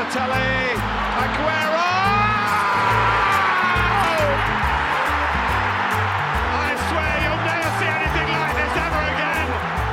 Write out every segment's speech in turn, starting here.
Balotelli, Aguero! I swear you'll never see anything like this ever again.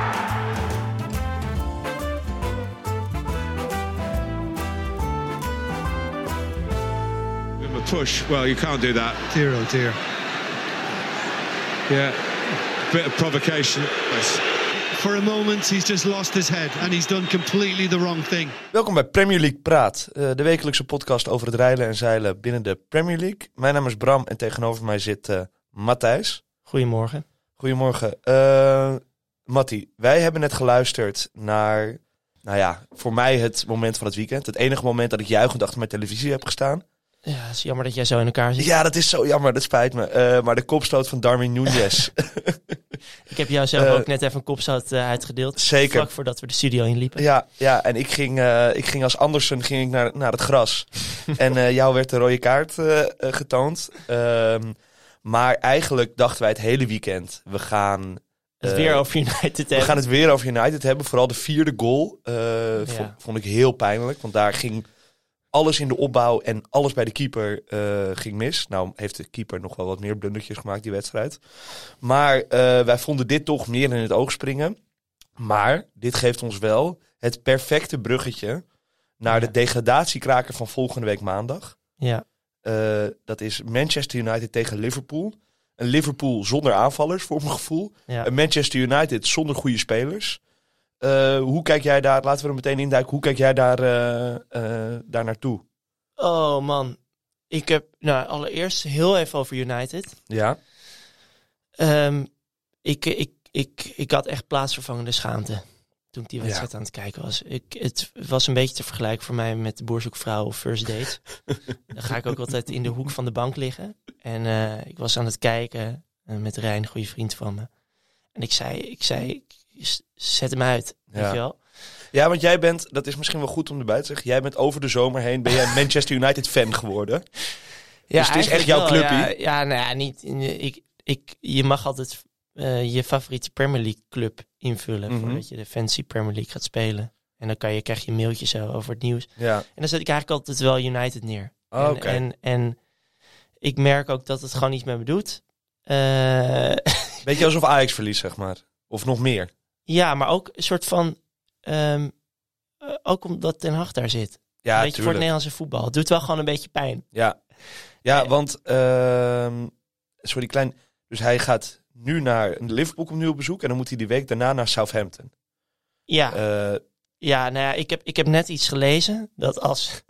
A push, well, you can't do that. Dear, oh dear. Yeah, bit of provocation. For a moment he's just lost his head and he's done completely the wrong thing. Welkom bij Premier League Praat, de wekelijkse podcast over het reilen en zeilen binnen de Premier League. Mijn naam is Bram en tegenover mij zit Matthijs. Goedemorgen. Goedemorgen. Mattie, wij hebben net geluisterd naar, voor mij het moment van het weekend. Het enige moment dat ik juichend achter mijn televisie heb gestaan. Ja, het is jammer dat jij zo in elkaar zit. Ja, dat is zo jammer, dat spijt me. Maar de kopstoot van Darwin Núñez. Ik heb jou zelf ook net even een kopstoot uitgedeeld. Zeker. Vlak voordat we de studio inliepen. Ja, en ik ging als Andersen naar het gras. En jou werd de rode kaart getoond. Maar eigenlijk dachten wij het hele weekend, we gaan Het weer over United hebben. We gaan het weer over United hebben. Vooral de vierde goal vond ik heel pijnlijk. Want daar ging alles in de opbouw en alles bij de keeper ging mis. Nou heeft de keeper nog wel wat meer blundertjes gemaakt die wedstrijd. Maar wij vonden dit toch meer in het oog springen. Maar dit geeft ons wel het perfecte bruggetje naar de degradatiekraker van volgende week maandag. Ja. Dat is Manchester United tegen Liverpool. Een Liverpool zonder aanvallers, voor mijn gevoel. Ja. Een Manchester United zonder goede spelers. Hoe kijk jij daar, laten we er meteen induiken, hoe kijk jij daar naartoe? Oh man, ik heb allereerst heel even over United. Ja. Ik had echt plaatsvervangende schaamte toen ik die wedstrijd aan het kijken was. Het was een beetje te vergelijken voor mij met de Boerzoekvrouw of First Date. Dan ga ik ook altijd in de hoek van de bank liggen. En ik was aan het kijken met Rijn, een goede vriend van me. En ik zei, zet hem uit, weet je wel. Ja, want jij bent, dat is misschien wel goed om erbij te zeggen, jij bent over de zomer heen, ben jij Manchester United fan geworden. Ja, dus het is echt jouw clubje. Niet. Je mag altijd je favoriete Premier League club invullen voordat je de fancy Premier League gaat spelen. En dan krijg je mailtjes over het nieuws. Ja. En dan zet ik eigenlijk altijd wel United neer. Oh, okay. En ik merk ook dat het gewoon niet met me doet. Beetje alsof Ajax verliest, zeg maar. Of nog meer. Ja, maar ook een soort van ook omdat Ten Hag daar zit. Ja, een beetje voor het Nederlandse voetbal. Het doet wel gewoon een beetje pijn. Ja, want dus hij gaat nu naar Liverpool, komt nu op bezoek en dan moet hij die week daarna naar Southampton. Ja. Ik heb net iets gelezen dat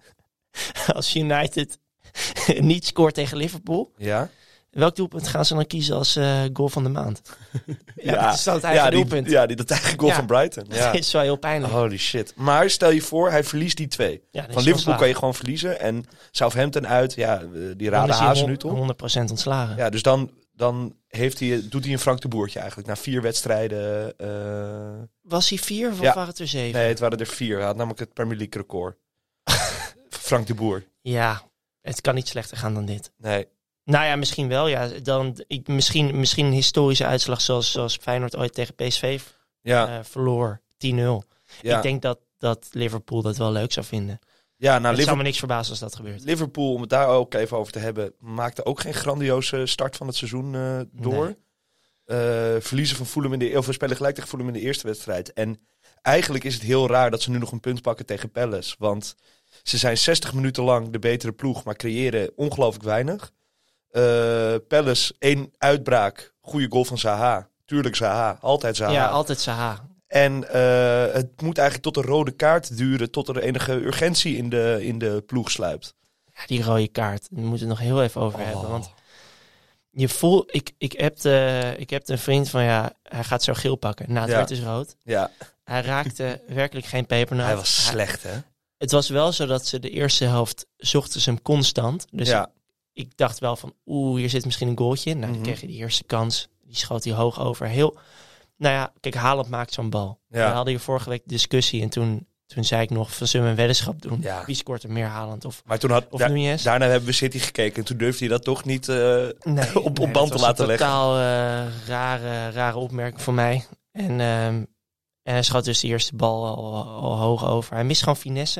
als United niet scoort tegen Liverpool, welk doelpunt gaan ze dan kiezen als goal van de maand? Dat is dan het eigen doelpunt. Dat eigen goal van Brighton. Ja. Dat is wel heel pijnlijk. Holy shit. Maar stel je voor, hij verliest die twee. Ja, van Liverpool kan je gewoon verliezen. En Southampton uit, die raden hazen nu toch? 100% ontslagen. Ja, dus dan doet hij een Frank de Boertje eigenlijk. Na 4 wedstrijden. Was hij 4 of waren het er 7? Nee, het waren er 4. Hij had namelijk het Premier League record. Frank de Boer. Ja, het kan niet slechter gaan dan dit. Nee. Nou ja, misschien wel. Ja. Misschien een historische uitslag zoals Feyenoord ooit tegen PSV verloor. 10-0. Ja. Ik denk dat Liverpool dat wel leuk zou vinden. Ja, het zou me niks verbazen als dat gebeurt. Liverpool, om het daar ook even over te hebben, maakte ook geen grandioze start van het seizoen door. Nee. Verliezen van Fulham of we spelen gelijk tegen Fulham in de eerste wedstrijd. En eigenlijk is het heel raar dat ze nu nog een punt pakken tegen Palace. Want ze zijn 60 minuten lang de betere ploeg, maar creëren ongelooflijk weinig. Palace, 1 uitbraak, goede goal van Zaha. Tuurlijk Zaha, altijd Zaha. Ja, altijd Zaha. En het moet eigenlijk tot een rode kaart duren, tot er enige urgentie in de ploeg sluipt. Ja, die rode kaart, daar moeten we het nog heel even over hebben. Want je voelt, ik heb een vriend van, hij gaat zo geel pakken. Nou, het werd dus rood. Ja. Hij raakte werkelijk geen pepernoot. Hij was slecht, hè? Het was wel zo dat ze de eerste helft zochten ze hem constant. Dus ik dacht wel van, hier zit misschien een goaltje. Nou, dan kreeg je die eerste kans. Die schoot hij hoog over. Kijk, Haaland maakt zo'n bal. We hadden hier vorige week discussie en toen zei ik nog, zullen we een weddenschap doen? Ja. Wie scoort er meer, Haaland of Núñez? Daarna hebben we City gekeken en toen durfde hij dat toch niet op band te laten leggen. Totaal rare opmerking voor mij. En hij schoot dus de eerste bal al hoog over. Hij mist gewoon finesse.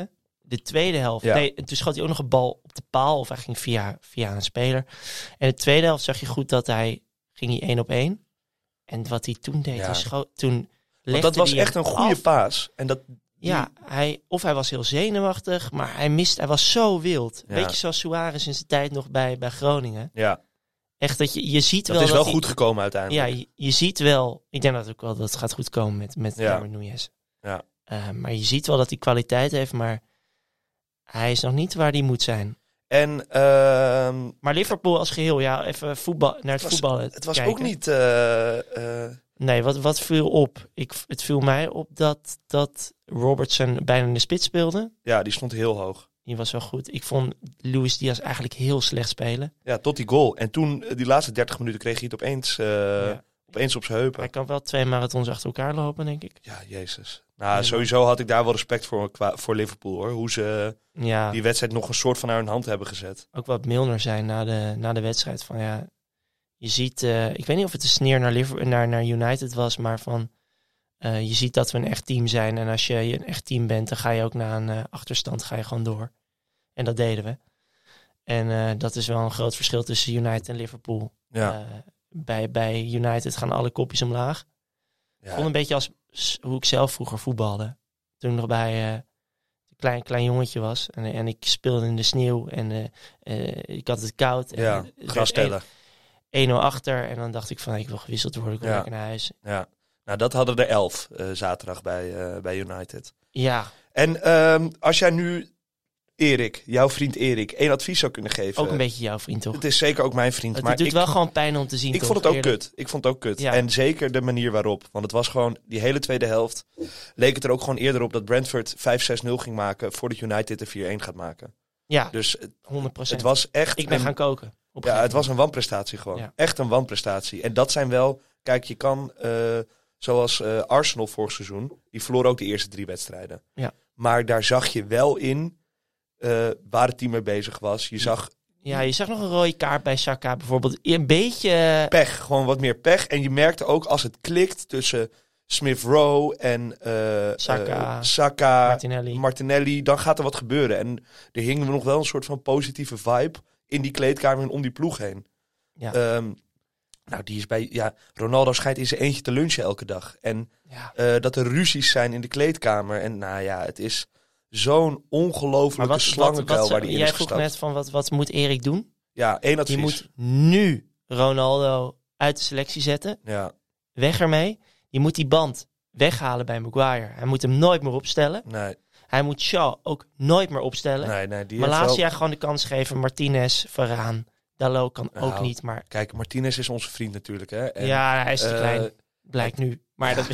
de tweede helft... Ja. Nee, toen schoot hij ook nog een bal op de paal. Of hij ging via een speler. En de tweede helft zag je goed dat hij... ging hij 1-op-1. En wat hij toen deed, toen Want dat was echt een goede af. paas. En dat... Ja, hij was heel zenuwachtig, maar hij was zo wild. Ja. Weet je, zoals Suarez in zijn tijd nog bij Groningen. Ja, Echt dat je ziet dat wel... is wel hij- goed gekomen uiteindelijk. Ja, je ziet wel... Ik denk dat ook wel dat het gaat goed komen met Ja. Darwin Núñez. Ja. Maar je ziet wel dat hij kwaliteit heeft, maar hij is nog niet waar hij moet zijn. En Maar Liverpool als geheel, ja, even naar het voetballen het was kijken. ook niet... Nee, wat viel op? Het viel mij op dat Robertson bijna in de spits speelde. ja, die stond heel hoog. Die was wel goed. Ik vond Luis Diaz eigenlijk heel slecht spelen. Ja, tot die goal. En toen, die laatste 30 minuten, kreeg hij het opeens op zijn heupen. Hij kan wel 2 marathons achter elkaar lopen, denk ik. Ja, jezus. Nou, sowieso had ik daar wel respect voor Liverpool, hoor. Hoe ze Ja, die wedstrijd nog een soort van naar hun hand hebben gezet. ook wat Milner zei na de wedstrijd. Van ja, je ziet... ik weet niet of het een sneer naar United was, maar van... je ziet dat we een echt team zijn. En als je een echt team bent, dan ga je ook na een achterstand gewoon door. En dat deden we. En dat is wel een groot verschil tussen United en Liverpool. Ja. Bij United gaan alle kopjes omlaag. Ik vond een beetje als hoe ik zelf vroeger voetbalde. Toen ik nog bij een klein jongetje was. En ik speelde in de sneeuw. En ik had het koud. En Ja, het gras tellen. 1-0 achter. En dan dacht ik van, ik wil gewisseld worden. Ik wil lekker naar huis. Ja. Nou, dat hadden er 11 zaterdag bij United. Ja, En als jij nu Erik, jouw vriend Erik, 1 advies zou kunnen geven. ook een beetje jouw vriend, toch? Het is zeker ook mijn vriend. Het doet wel gewoon pijn om te zien, ik toch? vond het ook Eerlijk. kut. Ik vond het ook kut. Ja. En zeker de manier waarop. Want het was gewoon, die hele tweede helft, leek het er ook gewoon eerder op dat Brentford 5-6-0 ging maken voordat United er 4-1 gaat maken. Ja, Dus 100%. het was echt... Ik ben een- gaan koken. Ja, het was een wanprestatie gewoon. Ja. Echt een wanprestatie. En dat zijn wel... Kijk, je kan... zoals Arsenal vorig seizoen. Die verloor ook de eerste 3 wedstrijden. Ja. Maar daar zag je wel in... waar het team mee bezig was. Je zag Ja, je zag nog een rode kaart bij Saka bijvoorbeeld. Een beetje... pech. Gewoon wat meer pech. En je merkte ook als het klikt tussen Smith Rowe en Saka, Martinelli. Dan gaat er wat gebeuren. En er hing nog wel een soort van positieve vibe in die kleedkamer en om die ploeg heen. Ja. Nou, die is bij... Ja, Ronaldo schijnt in zijn eentje te lunchen elke dag. En Ja. dat er ruzies zijn in de kleedkamer. En nou ja, het is zo'n ongelofelijke slangenkuil waar die in is jij vroeg gestapt. net van wat moet Erik doen? Ja, 1 advies. Je moet nu Ronaldo uit de selectie zetten. Ja, Weg ermee. Je moet die band weghalen bij Maguire. Hij moet hem nooit meer opstellen. nee. Hij moet Shaw ook nooit meer opstellen. Die heeft Malasia wel... gewoon de kans geven. Martinez, Varaan. Dalot kan ook Nou, niet. Maar Kijk, Martinez is onze vriend natuurlijk. Hè? En, ja, hij is te klein. Blijkt nu. Maar dat...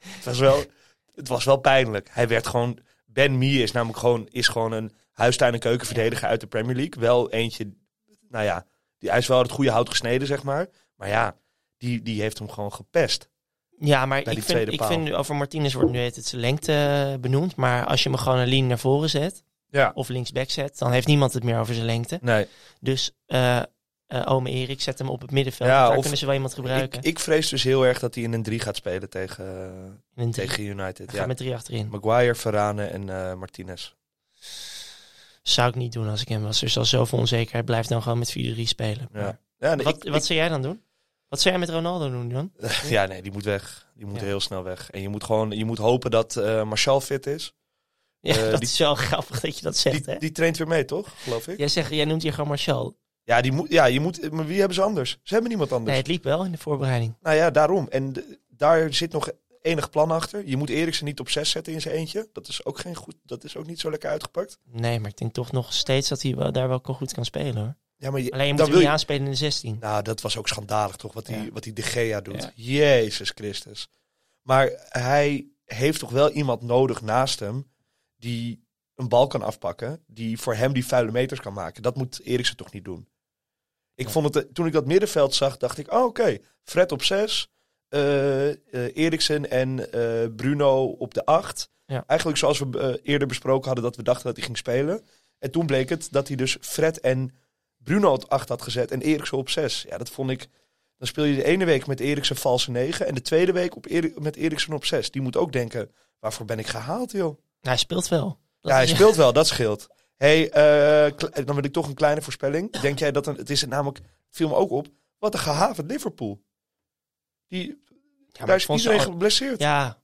het was wel pijnlijk. Hij werd gewoon... Ben Mee is namelijk gewoon een huistuin- en keukenverdediger uit de Premier League. Wel eentje... Nou ja, hij is wel het goede hout gesneden, zeg maar. Maar ja, die heeft hem gewoon gepest. Ja, maar Bij die ik tweede paal. vind nu over Martinez wordt nu het zijn lengte benoemd. Maar als je hem gewoon een linie naar voren zet. Ja. Of linksback zet. Dan heeft niemand het meer over zijn lengte. Nee. Dus ome Erik zet hem op het middenveld. Ja, Daar of- kunnen ze wel iemand gebruiken. Ik vrees dus heel erg dat hij in een 3 gaat spelen tegen In een 3. tegen United. Ga Ja. met 3 achterin. Maguire, Varane en Martinez. Zou ik niet doen als ik hem was. Er is al zoveel onzekerheid. Blijf dan gewoon met 4-3 spelen. Ja. Maar Ja, nee, wat zou jij dan doen? Wat zou jij met Ronaldo doen, Jan? ja, nee, die moet weg. Die moet Ja. heel snel weg. En je moet hopen dat Martial fit is. Ja, dat die- is wel grappig dat je dat zegt, hè? Die traint weer mee, toch? Geloof ik. Jij noemt hier gewoon Martial. Ja, je moet. Maar wie hebben ze anders? Ze hebben niemand anders. Nee, het liep wel in de voorbereiding. Nou ja, daarom. En daar zit nog enig plan achter. Je moet Eriksen niet op 6 zetten in zijn eentje. Dat is ook dat is ook niet zo lekker uitgepakt. Nee, maar ik denk toch nog steeds dat hij daar wel goed kan spelen, hoor. Ja, maar Alleen je moet dan hem wil niet aanspelen in de 16. Nou, dat was ook schandalig toch, wat die De Gea doet. Ja. Jezus Christus. Maar hij heeft toch wel iemand nodig naast hem die een bal kan afpakken, die voor hem die vuile meters kan maken. Dat moet Eriksen toch niet doen. Ik vond het, toen ik dat middenveld zag, dacht ik, oké, Fred op 6, Eriksen en Bruno op de 8. Ja. Eigenlijk zoals we eerder besproken hadden dat we dachten dat hij ging spelen. En toen bleek het dat hij dus Fred en Bruno op 8 had gezet en Eriksen op 6. Ja, dat vond ik... Dan speel je de ene week met Eriksen valse 9 en de tweede week met Eriksen op 6. Die moet ook denken, waarvoor ben ik gehaald, joh? Hij speelt wel. Ja, hij speelt wel, dat scheelt. Hey, dan wil ik toch een kleine voorspelling. Denk jij dat het is namelijk, viel me ook op, wat een gehavend Liverpool. Daar is iedereen geblesseerd. Ja,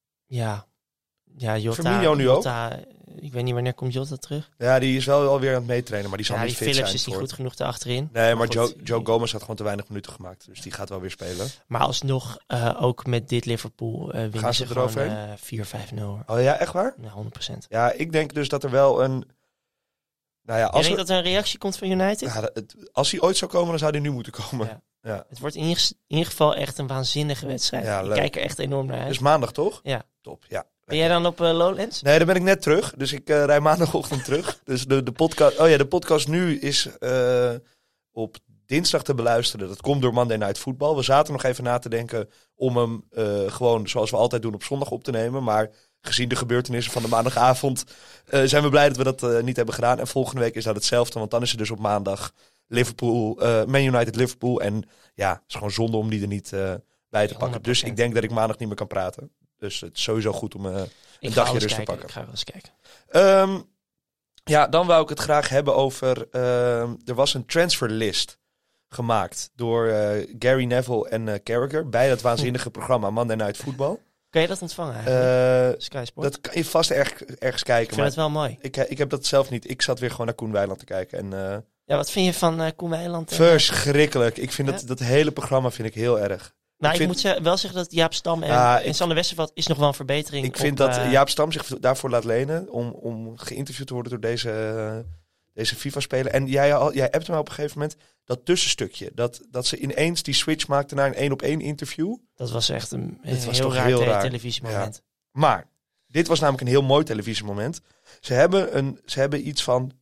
Jota. Firmino nu Jota, ik weet niet wanneer komt Jota terug. Ja, die is wel alweer aan het meetrainen, maar die zal niet fit zijn. Phillips is niet goed genoeg achterin. Nee, maar Joe Gomez had gewoon te weinig minuten gemaakt. Dus die gaat wel weer spelen. Maar alsnog, ook met dit Liverpool winnen ze gewoon 4-5-0. Oh ja, echt waar? Ja, 100%. Ja, ik denk dus dat er wel een... Nou ja, als je denkt dat er een reactie komt van United? Ja, als hij ooit zou komen, dan zou hij nu moeten komen. Ja. Ja. Het wordt in ieder geval echt een waanzinnige wedstrijd. Ja, ik kijk er echt enorm naar uit. Dus maandag toch? Ja. Top, ja. Ben jij dan op Lowlands? Nee, dan ben ik net terug. Dus ik rij maandagochtend terug. Dus de podcast... Oh ja, de podcast nu is op dinsdag te beluisteren. Dat komt door Monday Night Football. We zaten nog even na te denken om hem gewoon zoals we altijd doen op zondag op te nemen. Maar gezien de gebeurtenissen van de maandagavond zijn we blij dat we dat niet hebben gedaan. En volgende week is dat hetzelfde. Want dan is er dus op maandag Man United Liverpool. En ja, het is gewoon zonde om die er niet bij te pakken. 100%. Dus ik denk dat ik maandag niet meer kan praten. Dus het is sowieso goed om een dagje rust te pakken. Ik ga wel eens kijken. Ja, dan wou ik het graag hebben over... er was een transferlist gemaakt door Gary Neville en Carragher. Bij dat waanzinnige programma Monday Night Football. Kan je dat ontvangen eigenlijk? Sky Sport? Dat kan je vast ergens kijken. Ik vind het wel mooi. Ik heb dat zelf niet. Ik zat weer gewoon naar Koen Weiland te kijken. En, ja, wat vind je van Koen Weiland? Verschrikkelijk. Ik vind dat hele programma vind ik heel erg. Nou, ik moet wel zeggen dat Jaap Stam en Sander Westerveld is nog wel een verbetering. Ik vind dat Jaap Stam zich daarvoor laat lenen om geïnterviewd te worden door deze FIFA-speler. En jij appte me op een gegeven moment dat tussenstukje. Dat ze ineens die switch maakte naar een 1-op-1 interview. Dat was echt een heel raar televisiemoment. Ja. Maar dit was namelijk een heel mooi televisiemoment. Ze hebben iets van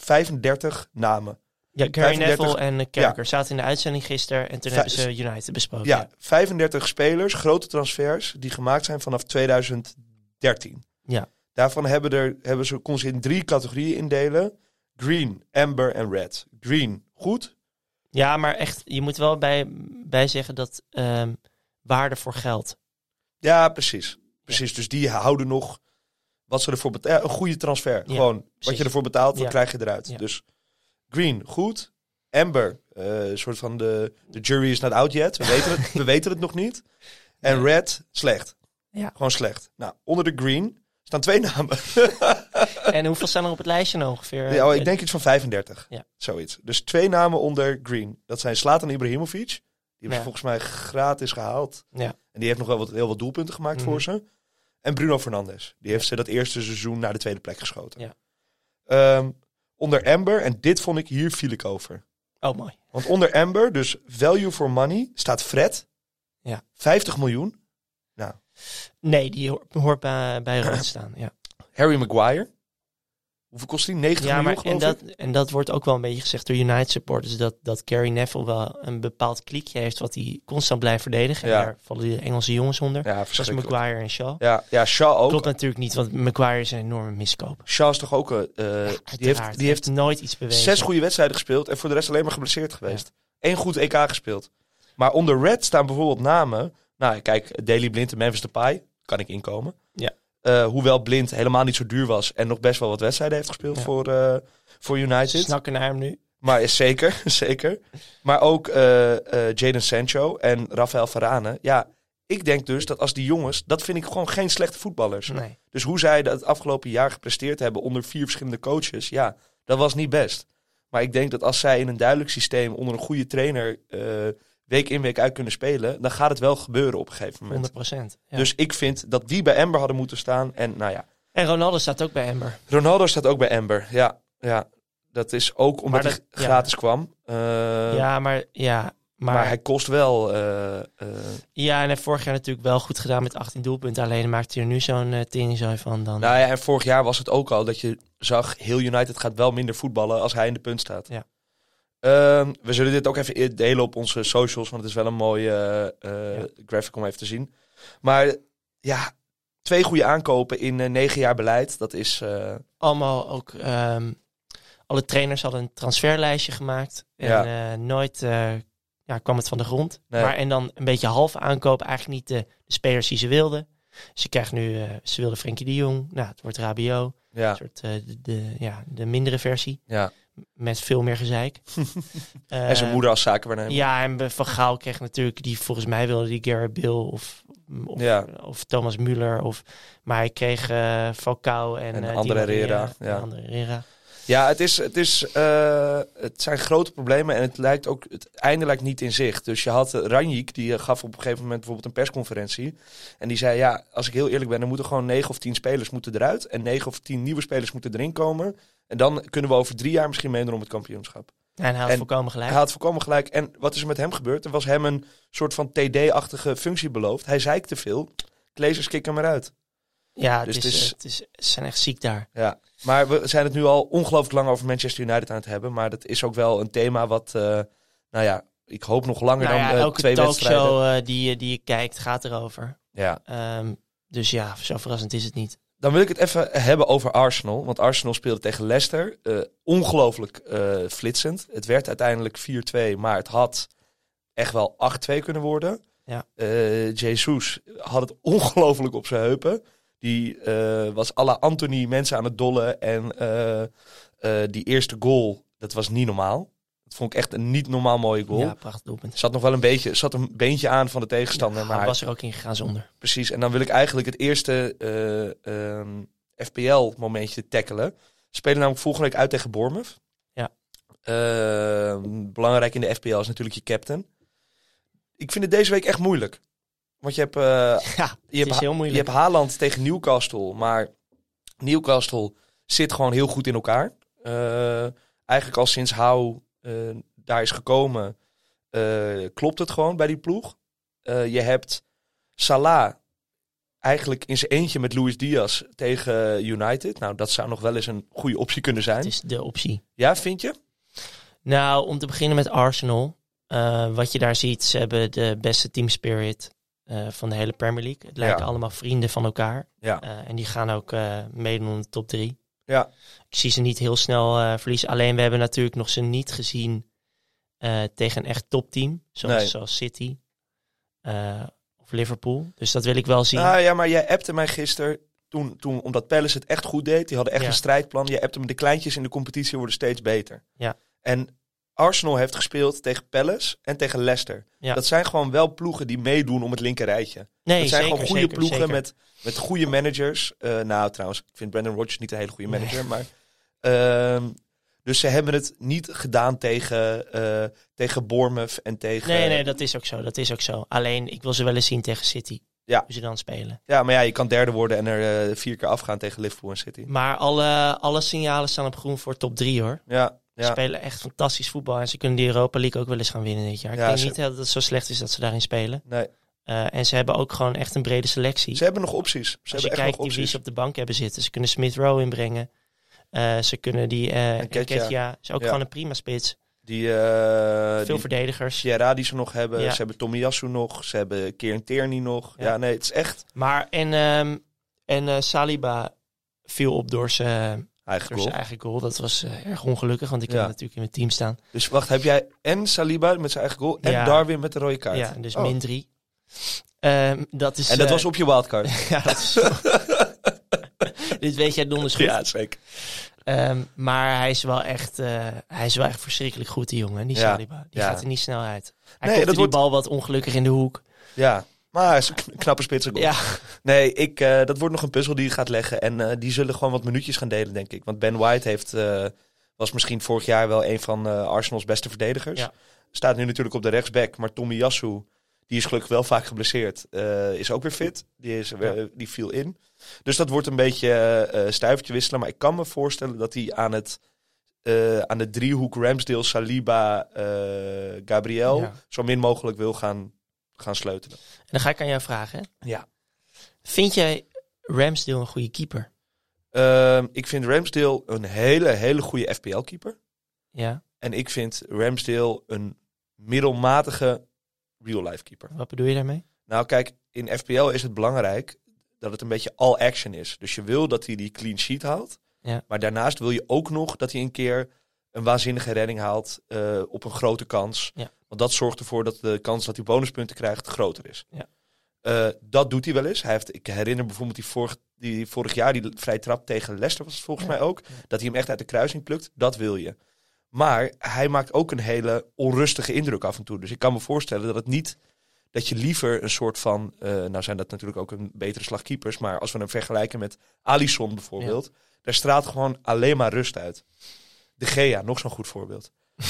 35 namen. Ja, Gary Neville en Carragher zaten in de uitzending gisteren en toen hebben ze United besproken. Ja, 35 spelers, grote transfers, die gemaakt zijn vanaf 2013. Ja. Daarvan kon ze in 3 categorieën indelen. Green, Amber en Red. Green, goed. Ja, maar echt, je moet wel bij zeggen dat waarde voor geld. Ja, precies. Precies, dus die houden nog wat ze ervoor betalen. Een goede transfer. Ja, gewoon, precies. Wat je ervoor betaalt, dat krijg je eruit. Ja. Dus Green, goed. Amber, soort van de jury is not out yet. We weten het nog niet. En Red, slecht. Ja. Gewoon slecht. Nou, onder de Green staan 2 namen. En hoeveel staan er op het lijstje nou ongeveer? Ja, ik denk iets van 35. Ja. Zoiets. Dus 2 namen onder Green. Dat zijn Zlatan Ibrahimovic. Die hebben ze volgens mij gratis gehaald. Ja. En die heeft nog wel heel wat doelpunten gemaakt voor ze. En Bruno Fernandes. Die heeft ze dat eerste seizoen naar de 2e plek geschoten. Ja. Onder Amber, en hier viel ik over. Oh, mooi. Want onder Amber, dus value for money, staat Fred. Ja. 50 miljoen. Nou. Nee, die hoort bij rood staan. Ja. Harry Maguire. Hoeveel kost die? 90 miljoen, geloof ik? En dat wordt ook wel een beetje gezegd door United supporters, dat Gary Neville wel een bepaald kliekje heeft wat hij constant blijft verdedigen. Ja. En daar vallen die Engelse jongens onder. Ja, zoals Maguire en Shaw. Ja, Shaw ook. Klopt natuurlijk niet, want Maguire is een enorme miskoop. Shaw is toch ook... die heeft nooit iets bewezen. 6 goede wedstrijden gespeeld en voor de rest alleen maar geblesseerd geweest. 1 goed EK gespeeld. Maar onder Red staan bijvoorbeeld namen... Nou, kijk, Daley Blind en Memphis Depay. Kan ik inkomen. Ja. Hoewel Blind helemaal niet zo duur was en nog best wel wat wedstrijden heeft gespeeld voor United. Snakken naar hem nu. Maar is zeker. Maar ook Jadon Sancho en Rafael Varane. Ja, ik denk dus dat als die jongens... Dat vind ik gewoon geen slechte voetballers. Nee. Dus hoe zij dat het afgelopen jaar gepresteerd hebben onder 4 verschillende coaches... Ja, dat was niet best. Maar ik denk dat als zij in een duidelijk systeem onder een goede trainer... week in week uit kunnen spelen, dan gaat het wel gebeuren op een gegeven moment. 100%. Ja. Dus ik vind dat die bij Amber hadden moeten staan. En nou ja. En Ronaldo staat ook bij Amber. Ronaldo staat ook bij Amber, ja. Dat is ook omdat hij gratis kwam. Maar hij kost wel... Ja, en hij heeft vorig jaar natuurlijk wel goed gedaan met 18 doelpunten. Alleen maakt hij er nu zo'n teringzooi van dan. Nou ja, en vorig jaar was het ook al dat je zag, heel United gaat wel minder voetballen als hij in de punt staat. Ja. We zullen dit ook even delen op onze socials, want het is wel een mooie graphic om even te zien. Maar ja, 2 goede aankopen in 9 jaar beleid, dat is... Allemaal ook... alle trainers hadden een transferlijstje gemaakt. En nooit kwam het van de grond. Nee. En dan een beetje half aankopen, eigenlijk niet de spelers die ze wilden. Ze krijgen nu... ze wilden Frenkie de Jong. Nou, het wordt Rabiot. Ja. Een soort de mindere versie. Ja. Met veel meer gezeik. En zijn moeder als zakenwaarnemer. Ja, en Van Gaal kreeg natuurlijk die, volgens mij wilde die Gareth Bale of Thomas Müller. Maar hij kreeg Falcao en Ander Herrera. Ja, het zijn grote problemen en het einde lijkt niet in zicht. Dus je had Ranjik, die gaf op een gegeven moment bijvoorbeeld een persconferentie. En die zei, ja, als ik heel eerlijk ben, dan moeten gewoon 9 of 10 spelers moeten eruit. En 9 of 10 nieuwe spelers moeten erin komen. En dan kunnen we over 3 jaar misschien meedoen om het kampioenschap. En hij had volkomen gelijk. Hij had volkomen gelijk. En wat is er met hem gebeurd? Er was hem een soort van TD-achtige functie beloofd. Hij zei te veel. Lezers kikken hem eruut. Ja, dus ze zijn echt ziek daar. Ja, maar we zijn het nu al ongelooflijk lang over Manchester United aan het hebben. Maar dat is ook wel een thema wat, ik hoop nog langer dan 2 wedstrijden. Elke talkshow die je kijkt gaat erover. Ja. Dus ja, zo verrassend is het niet. Dan wil ik het even hebben over Arsenal. Want Arsenal speelde tegen Leicester. Ongelooflijk flitsend. Het werd uiteindelijk 4-2, maar het had echt wel 8-2 kunnen worden. Ja. Jesus had het ongelooflijk op zijn heupen. Die was à la Anthony mensen aan het dollen. En die eerste goal, dat was niet normaal. Dat vond ik echt een niet normaal mooie goal. Ja, prachtig doelpunt. Zat nog wel een beentje aan van de tegenstander. Ja, maar hij was er ook in gegaan zonder. Precies, en dan wil ik eigenlijk het eerste FPL-momentje tackelen. Ze spelen namelijk volgende week uit tegen Bournemouth. Ja. Belangrijk in de FPL is natuurlijk je captain. Ik vind het deze week echt moeilijk. Want je hebt, heel moeilijk. Je hebt Haaland tegen Newcastle. Maar Newcastle zit gewoon heel goed in elkaar. Eigenlijk al sinds Howe daar is gekomen, klopt het gewoon bij die ploeg. Je hebt Salah eigenlijk in zijn eentje met Luis Diaz tegen United. Nou, dat zou nog wel eens een goede optie kunnen zijn. Het is de optie. Ja, vind je? Nou, om te beginnen met Arsenal. Wat je daar ziet, ze hebben de beste team spirit van de hele Premier League. Het lijken allemaal vrienden van elkaar. Ja. En die gaan ook meedoen in de top 3. Ja. Ik zie ze niet heel snel verliezen. Alleen we hebben natuurlijk nog ze niet gezien tegen een echt topteam. Zoals City of Liverpool. Dus dat wil ik wel zien. Ja, maar jij appte mij gisteren, toen omdat Palace het echt goed deed. Die hadden echt een strijdplan. Jij appte me, de kleintjes in de competitie worden steeds beter. Ja. En Arsenal heeft gespeeld tegen Palace en tegen Leicester. Ja. Dat zijn gewoon wel ploegen die meedoen om het linkerrijtje. Nee, dat zijn zeker, gewoon goede ploegen zeker. met goede managers. Nou, trouwens, ik vind Brendan Rodgers niet een hele goede manager. Maar, dus ze hebben het niet gedaan tegen Bournemouth en tegen... Nee, dat is ook zo. Alleen, ik wil ze wel eens zien tegen City. Ja. Hoe ze dan spelen. Ja, maar ja, je kan derde worden en er 4 keer afgaan tegen Liverpool en City. Maar alle signalen staan op groen voor top 3, hoor. Ja. Ze spelen echt fantastisch voetbal. En ze kunnen die Europa League ook wel eens gaan winnen dit jaar. Ik denk niet dat het zo slecht is dat ze daarin spelen. Nee. En ze hebben ook gewoon echt een brede selectie. Ze hebben nog opties. Als je kijkt wie ze op de bank hebben zitten. Ze kunnen Smith Rowe inbrengen. Ze kunnen die Nketiah is ook gewoon een prima spits. Veel verdedigers. Sierra die ze nog hebben. Ja. Ze hebben Tomiyasu nog. Ze hebben Kieran Tierney nog. Ja, nee, het is echt... Maar en Saliba viel op door zijn eigen goal. Dat was erg ongelukkig, want ik heb natuurlijk in mijn team staan. Dus wacht, heb jij en Saliba met zijn eigen goal en Darwin met de rode kaart? Ja, dus min 3. Dat is, en dat was op je wildcard? Ja, dat is dit weet jij donders goed. Ja, zeker. Maar hij is wel echt verschrikkelijk goed, die jongen. Die Saliba. Die gaat er niet snel uit. Hij kopte die bal wat ongelukkig in de hoek. Ja, maar hij is een knappe spitsengoal. Ja. Nee, dat wordt nog een puzzel die hij gaat leggen. En die zullen gewoon wat minuutjes gaan delen, denk ik. Want Ben White was misschien vorig jaar wel een van Arsenal's beste verdedigers. Ja. Staat nu natuurlijk op de rechtsback. Maar Tomiyasu, die is gelukkig wel vaak geblesseerd. Is ook weer fit. Die viel in. Dus dat wordt een beetje stuivertje wisselen. Maar ik kan me voorstellen dat hij aan de driehoek Ramsdale, Saliba, Gabriel zo min mogelijk wil gaan sleutelen. En dan ga ik aan jou vragen. Hè? Ja. Vind jij Ramsdale een goede keeper? Ik vind Ramsdale een hele goede FPL-keeper. Ja. En ik vind Ramsdale een middelmatige real-life keeper. Wat bedoel je daarmee? Nou kijk, in FPL is het belangrijk dat het een beetje all action is. Dus je wil dat hij die clean sheet houdt. Ja. Maar daarnaast wil je ook nog dat hij een keer een waanzinnige redding haalt op een grote kans. Ja. Want dat zorgt ervoor dat de kans dat hij bonuspunten krijgt groter is. Dat doet hij wel eens. Ik herinner bijvoorbeeld die vorig jaar, die vrije trap tegen Leicester was het volgens mij ook. Dat hij hem echt uit de kruising plukt. Dat wil je. Maar hij maakt ook een hele onrustige indruk af en toe. Dus ik kan me voorstellen dat je liever een soort van... nou zijn dat natuurlijk ook een betere slagkeepers. Maar als we hem vergelijken met Alisson bijvoorbeeld. Ja. Daar straalt gewoon alleen maar rust uit. De Gea, nog zo'n goed voorbeeld.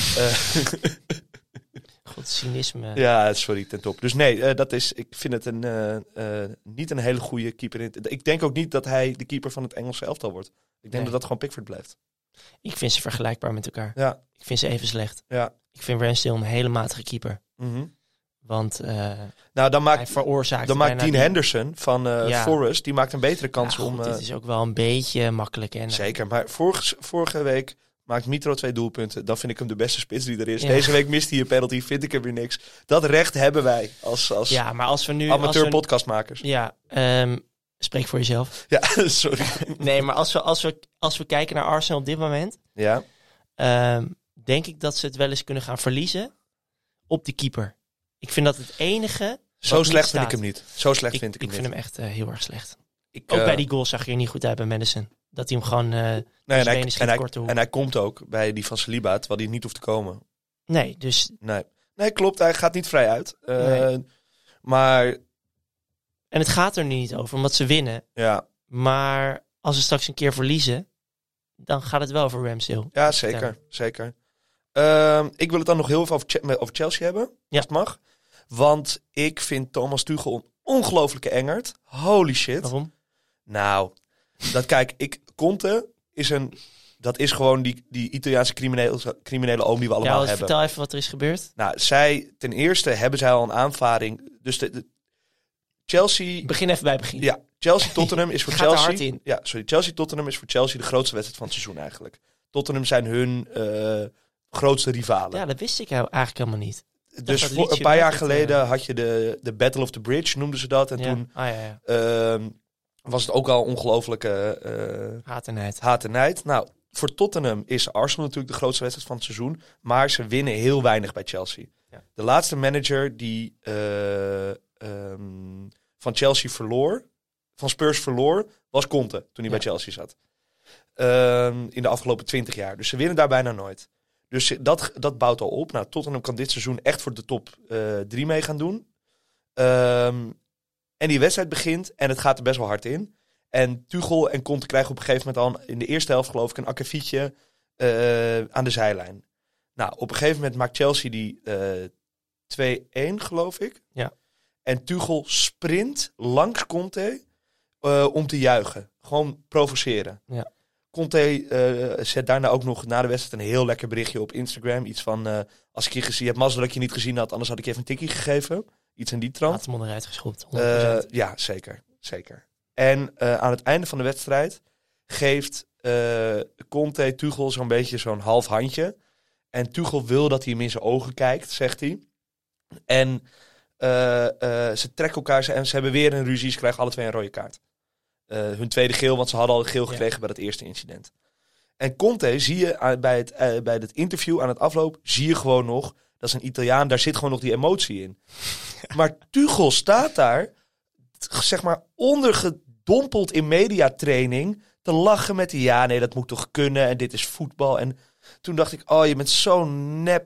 God, cynisme. Ja, sorry, ten top. Dus nee, ik vind het niet een hele goede keeper. Ik denk ook niet dat hij de keeper van het Engelse elftal wordt. Ik denk dat gewoon Pickford blijft. Ik vind ze vergelijkbaar met elkaar. Ja. Ik vind ze even slecht. Ja. Ik vind Ramsdale een hele matige keeper. Mm-hmm. Want hij veroorzaakt... Dan maakt Dean Henderson van Forest, die maakt een betere kans om... Dit is ook wel een beetje makkelijk. Hè? Zeker, maar vorige week maakt Mitro 2 doelpunten. Dan vind ik hem de beste spits die er is. Ja. Deze week mist hij een penalty, vind ik hem weer niks. Dat recht hebben wij als maar als we nu, amateur podcastmakers. Ja, spreek voor jezelf. Ja, sorry. Nee, maar als we kijken naar Arsenal op dit moment... Ja. Denk ik dat ze het wel eens kunnen gaan verliezen op die keeper. Ik vind dat het enige... Zo slecht vind ik hem niet. Zo slecht vind ik hem niet. Ik vind hem echt heel erg slecht. Ook bij die goal zag je er niet goed uit bij Madison. Dat hij hem gewoon... En hij komt ook bij die van Saliba, terwijl hij niet hoeft te komen. Nee, dus... Nee, klopt. Hij gaat niet vrij uit. Maar... En het gaat er nu niet over, omdat ze winnen. Ja. Maar als ze straks een keer verliezen, dan gaat het wel over Ramsdale. Ja, zeker. Ik wil het dan nog heel even over Chelsea hebben, als het mag. Want ik vind Thomas Tuchel een ongelofelijke engert. Holy shit. Waarom? Nou, Conte is gewoon die Italiaanse criminele oom die we allemaal hebben. Vertel even wat er is gebeurd. Nou, ten eerste hebben zij al een aanvaring. Dus Chelsea... Begin even bij het begin. Ja, Chelsea-Tottenham is voor Chelsea... Chelsea... hard in. Ja, sorry. Chelsea-Tottenham is voor Chelsea de grootste wedstrijd van het seizoen eigenlijk. Tottenham zijn hun grootste rivalen. Ja, dat wist ik eigenlijk helemaal niet. Dus een paar jaar geleden had je de Battle of the Bridge, noemden ze dat. En toen was het ook al ongelooflijke haat en nijd. Nou, voor Tottenham is Arsenal natuurlijk de grootste wedstrijd van het seizoen. Maar ze winnen heel weinig bij Chelsea. Ja. De laatste manager die van Chelsea van Spurs verloor, was Conte toen hij bij Chelsea zat. In de afgelopen 20 jaar. Dus ze winnen daar bijna nooit. Dus dat bouwt al op. Nou, Tottenham kan dit seizoen echt voor de top 3 mee gaan doen. En die wedstrijd begint en het gaat er best wel hard in. En Tuchel en Conte krijgen op een gegeven moment al in de eerste helft geloof ik een akkefietje aan de zijlijn. Nou, op een gegeven moment maakt Chelsea die 2-1 geloof ik. Ja. En Tuchel sprint langs Conte om te juichen. Gewoon provoceren. Ja. Conte zet daarna ook nog na de wedstrijd een heel lekker berichtje op Instagram. Iets van, als ik je gezien heb, mazzel dat ik je niet gezien had, anders had ik je even een tikkie gegeven. Iets in die trant. Had hem onderuit geschopt. Ja, zeker. En aan het einde van de wedstrijd geeft Conte Tuchel zo'n beetje zo'n half handje. En Tuchel wil dat hij hem in zijn ogen kijkt, zegt hij. En ze trekken elkaar en ze hebben weer een ruzie. Ze krijgen alle twee een rode kaart. Hun tweede geel, want ze hadden al geel gekregen bij het eerste incident. En Conte zie je bij het interview aan het afloop, zie je gewoon nog, dat is een Italiaan, daar zit gewoon nog die emotie in. Maar Tuchel staat daar, zeg maar, ondergedompeld in mediatraining, te lachen met die, ja nee, dat moet toch kunnen en dit is voetbal. En toen dacht ik, oh, je bent zo'n nep,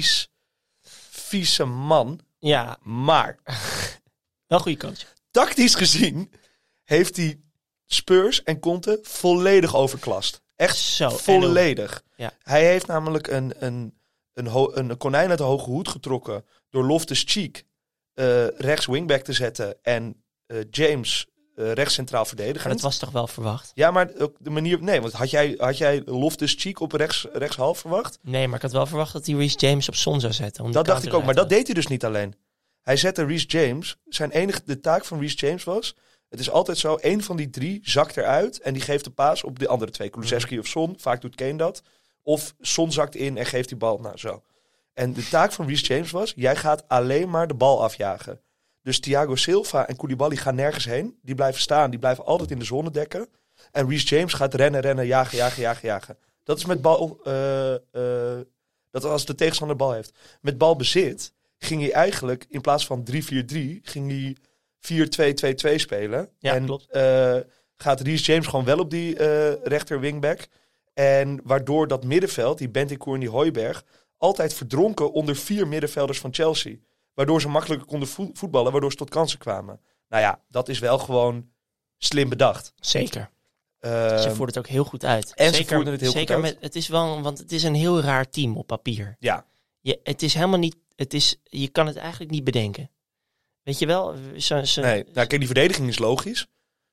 vieze man. Ja. Maar wel goede coach. Tactisch gezien heeft hij Spurs en Conte volledig overklast. Echt zo, volledig. Ja. Hij heeft namelijk een konijn uit de hoge hoed getrokken door Loftus-Cheek rechts wingback te zetten en James rechts centraal verdedigen. Maar dat was toch wel verwacht? Ja, maar de manier... Nee, want had jij Loftus-Cheek op rechtshalf verwacht? Nee, maar ik had wel verwacht dat hij Reece James op Son zou zetten. Dat dacht ik ook, maar dat deed hij dus niet alleen. Hij zette Reece James... De taak van Reece James was... Het is altijd zo, één van die drie zakt eruit en die geeft de paas op de andere twee. Kulusevski of Son, vaak doet Kane dat. Of Son zakt in en geeft die bal, nou zo. En de taak van Reece James was, jij gaat alleen maar de bal afjagen. Dus Thiago Silva en Koulibaly gaan nergens heen. Die blijven staan, die blijven altijd in de zone dekken. En Reece James gaat rennen, jagen. Dat is met bal, dat als de tegenstander bal heeft. Met balbezit ging hij eigenlijk, in plaats van 3-4-3, ging hij 4-2-2-2 spelen. Ja, en klopt. Gaat Reece James gewoon wel op die rechter wingback. En waardoor dat middenveld, die Bentancur en die Højbjerg, altijd verdronken onder 4 middenvelders van Chelsea. Waardoor ze makkelijker konden voetballen, waardoor ze tot kansen kwamen. Nou ja, dat is wel gewoon slim bedacht. Zeker. Ze voerden het ook heel goed uit. En ze voerden het heel goed uit. Het is wel, want het is een heel raar team op papier. Ja. Het is helemaal niet, je kan het eigenlijk niet bedenken. Weet je wel? Nee, nou kijk, die verdediging is logisch.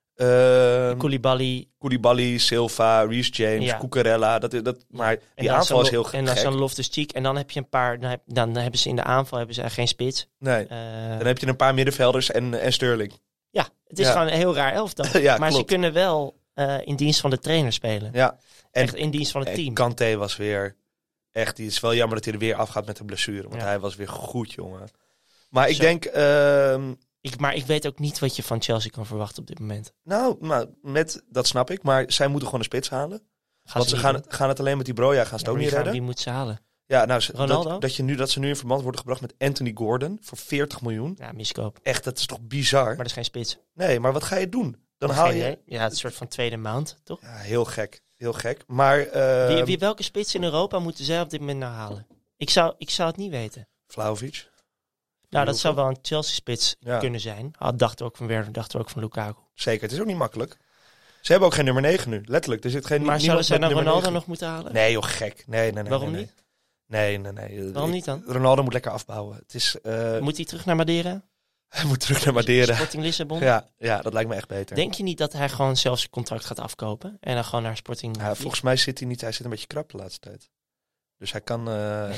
Koulibaly, Silva, Reece James, Cucurella. Maar die aanval is heel gek. En dan zo'n Loftus-Cheek. En dan heb je een paar... Dan hebben ze in de aanval geen spits. Nee, dan heb je een paar middenvelders en Sterling. Ja, het is gewoon een heel raar elftal. Ja, maar klopt. ze kunnen wel in dienst van de trainer spelen. Ja. Echt in dienst van het team. Kanté was weer... Echt, het is wel jammer dat hij er weer afgaat met een blessure. Want hij was weer goed, jongen. Maar ik denk... Maar ik weet ook niet wat je van Chelsea kan verwachten op dit moment. Nou, dat snap ik. Maar zij moeten gewoon een spits halen. Want ze gaan het alleen met die Broja gaan ze het ook niet redden. Wie moet ze halen? Ja, nou, Ronaldo? dat ze nu in verband worden gebracht met Anthony Gordon voor 40 miljoen. Ja, miskoop. Echt, dat is toch bizar? Maar dat is geen spits. Nee, maar wat ga je doen? Dan haal je... Ja, het is een soort van tweede maand, toch? Ja, heel gek. Heel gek. Maar... Welke spits in Europa moeten zij op dit moment nou halen? Ik zou het niet weten. Vlahovic. Nou, dat zou wel een Chelsea-spits kunnen zijn. Dachten we ook van Werner, dachten we ook van Lukaku. Zeker, het is ook niet makkelijk. Ze hebben ook geen nummer 9 nu, letterlijk. Er zit geen maar zouden zij dan Ronaldo 9 nog moeten halen? Nee joh, gek. Nee. Waarom niet? Nee. Waarom niet dan? Ronaldo moet lekker afbouwen. Het is, moet hij terug naar Madeira? Hij moet terug naar Madeira. Sporting Lissabon? Ja, dat lijkt me echt beter. Denk je niet dat hij gewoon zelf zijn contract gaat afkopen? En dan gewoon naar Sporting... Ja, volgens mij zit hij niet. Hij zit een beetje krap de laatste tijd. Dus hij kan...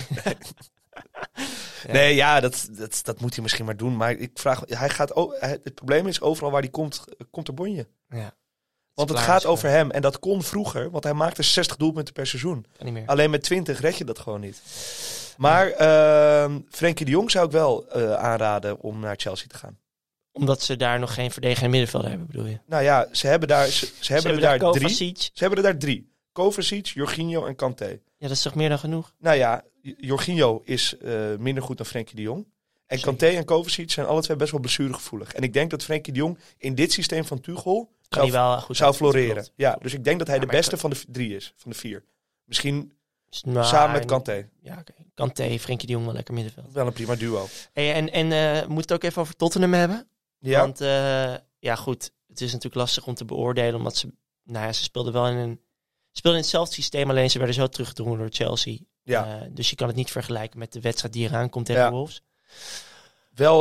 Nee, dat moet hij misschien maar doen. Maar ik vraag... het probleem is, overal waar hij komt er bonje. Ja. Want het gaat over hem. En dat kon vroeger. Want hij maakte 60 doelpunten per seizoen. Kan niet meer. Alleen met 20 red je dat gewoon niet. Maar Frenkie de Jong zou ik wel aanraden om naar Chelsea te gaan. Omdat ze daar nog geen verdedigende middenvelder hebben, bedoel je? Nou ja, ze hebben er daar Kovacic. 3. Ze hebben er daar 3. Kovacic, Jorginho en Kanté. Ja, dat is toch meer dan genoeg? Nou ja, Jorginho is minder goed dan Frenkie de Jong. En Kanté en Kovacic zijn alle twee best wel blessuregevoelig. En ik denk dat Frenkie de Jong in dit systeem van Tuchel zou floreren. Ja, dus ik denk dat hij de beste van de 3 is, van de 4. Misschien samen met Kanté. Ja, oké. Kanté, Frenkie de Jong wel lekker middenveld. Wel een prima duo. En moet het ook even over Tottenham hebben? Ja. Want goed, het is natuurlijk lastig om te beoordelen, omdat ze speelden wel in hetzelfde systeem, alleen ze werden zo teruggedrongen door Chelsea. Ja. Dus je kan het niet vergelijken met de wedstrijd die eraan komt tegen Wolves. Wel,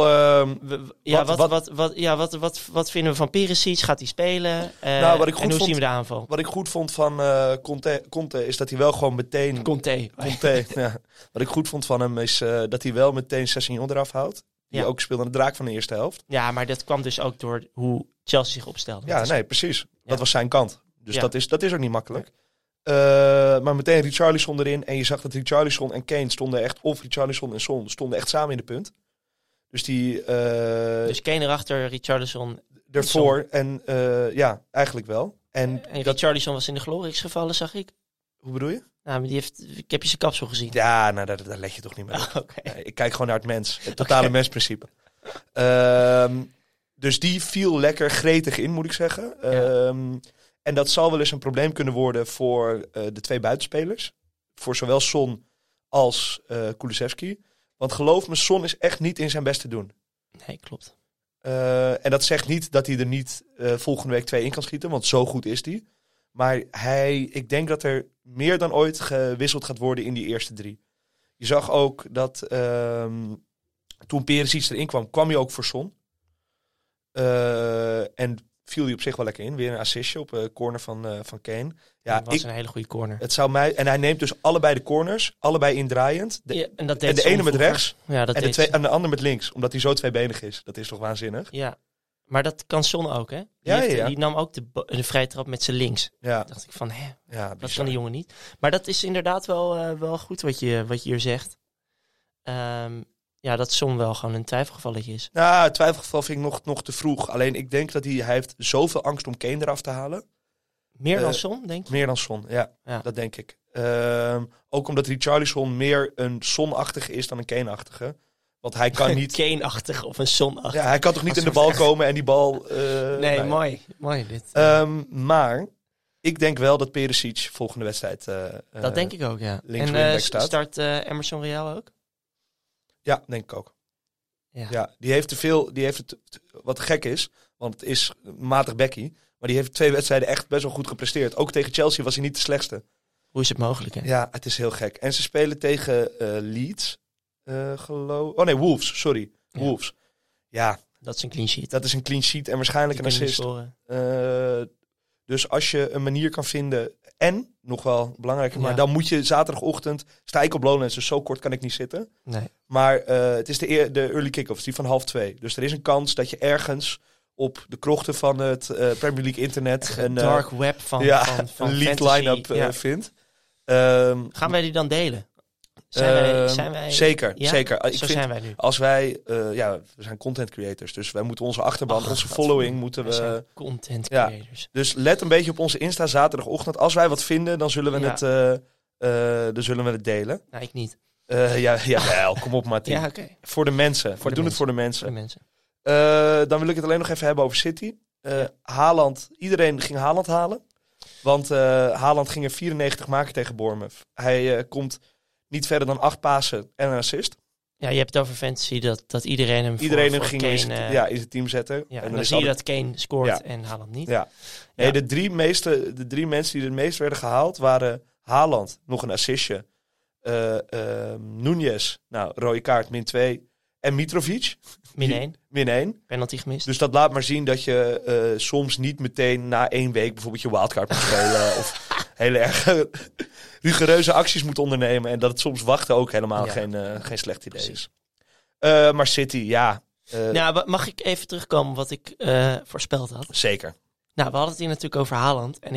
wat vinden we van Perisic? Gaat hij spelen? En hoe zien we de aanval? Wat ik goed vond van Conte is dat hij wel gewoon meteen... Conte. Ja. Wat ik goed vond van hem is dat hij wel meteen Sessegnon eraf houdt. Die ook speelde aan de draak van de eerste helft. Ja, maar dat kwam dus ook door hoe Chelsea zich opstelde. Ja, nee, precies. Dat was zijn kant. Dus dat is ook niet makkelijk. Ja. Maar meteen Richarlison erin. En je zag dat Richarlison en Kane stonden echt... Of Richarlison en Son stonden echt samen in de punt. Dus die... dus Kane erachter, Richarlison... Ervoor. En ja, eigenlijk wel. En Richarlison was in de Glorix gevallen, zag ik. Hoe bedoel je? Nou, maar ik heb je zijn kapsel gezien. Ja, nou, daar let je toch niet meer op. Okay. Nee, ik kijk gewoon naar het mens. Het totale mensprincipe. Dus die viel lekker gretig in, moet ik zeggen. En dat zal wel eens een probleem kunnen worden voor de 2 buitenspelers. Voor zowel Son als Kulusevski. Want geloof me, Son is echt niet in zijn best te doen. Nee, klopt. En dat zegt niet dat hij er niet volgende week 2 in kan schieten. Want zo goed is hij. Maar ik denk dat er meer dan ooit gewisseld gaat worden in die eerste 3. Je zag ook dat toen Perisic erin kwam hij ook voor Son. En viel hij op zich wel lekker in. Weer een assistje op een corner van Kane. Ja, dat was een hele goede corner. En hij neemt dus allebei de corners, allebei indraaiend. En de ene met rechts en de ander met links. Omdat hij zo tweebenig is. Dat is toch waanzinnig? Ja, maar dat kan Son ook, hè? Die nam ook de vrije trap met zijn links. Ja. Dacht ik van, dat kan die bizar. jongen niet. Maar dat is inderdaad wel goed wat je hier zegt. Dat Son wel gewoon een twijfelgevalletje is. Nou, het twijfelgeval vind ik nog te vroeg. Alleen ik denk dat hij heeft zoveel angst om Kane eraf te halen. Meer dan Son, denk je? Meer dan Son, ja. Dat denk ik. Ook omdat Richarlison meer een Son-achtige is dan een Kane-achtige. Want hij kan niet... Kane-achtig of een Son-achtig. Ja, hij kan toch niet in de bal komen en die bal... nee, mooi dit. Maar ik denk wel dat Perisic volgende wedstrijd dat denk ik ook, ja. links en staat. Start Emerson Real ook? Ja, denk ik ook. Ja. Ja, die heeft te veel... Wat gek is, want het is matig bekkie. Maar die heeft 2 wedstrijden echt best wel goed gepresteerd. Ook tegen Chelsea was hij niet de slechtste. Hoe is het mogelijk, hè? Ja, het is heel gek. En ze spelen tegen Leeds, geloof... Oh nee, Wolves, sorry. Ja. Wolves. Ja, Dat is een clean sheet. dat is een clean sheet en waarschijnlijk Die een kunnen niet assist. scoren. Dus als je een manier kan vinden... En, nog wel belangrijker, maar Ja. dan moet je zaterdagochtend... Sta ik op Lowlands, dus zo kort kan ik niet zitten. Nee. Maar het is de early kick-offs, die van 1:30. Dus er is een kans dat je ergens op de krochten van het Premier League internet... Een dark web van een lead fantasy. line-up vindt. Gaan wij die dan delen? Zijn wij... Zeker, Ja? zeker. Ik Zo vind, zijn wij nu. als wij... we zijn content creators, dus wij moeten onze achterban, onze following moeten Wij zijn we... content ja. creators. Dus let een beetje op onze Insta zaterdagochtend. Als wij wat vinden, dan zullen we, Ja. dan zullen we het delen. Nou, ik niet. Jawel, kom op Martin. Ja, oké. Voor de mensen. Voor We de doen het voor de Voor mensen. de mensen. Dan wil ik het alleen nog even hebben over City. Haaland, iedereen ging Haaland halen. Want Haaland ging er 94 maken tegen Bournemouth. Hij komt niet verder dan 8 pasen en een assist. Ja, je hebt het over fantasy dat iedereen hem Iedereen voor hem ging Kane, in het team zetten. ja, en en dan is zie je altijd- dat Kane scoort Ja. en Haaland niet. Ja. Ja. Nee, de drie mensen die het meest werden gehaald waren Haaland, nog een assistje. Núñez, nou, rode kaart, -2. En Mitrovic, Min 1, -1. penalty gemist. Dus dat laat maar zien dat je soms niet meteen na 1 week bijvoorbeeld je wildcard moet spelen. Of hele erg rigoureuze acties moet ondernemen. En dat het soms wachten ook helemaal geen slecht idee is. Maar City, ja. Nou, mag ik even terugkomen wat ik voorspeld had? Zeker. Nou, we hadden het hier natuurlijk over Haaland. En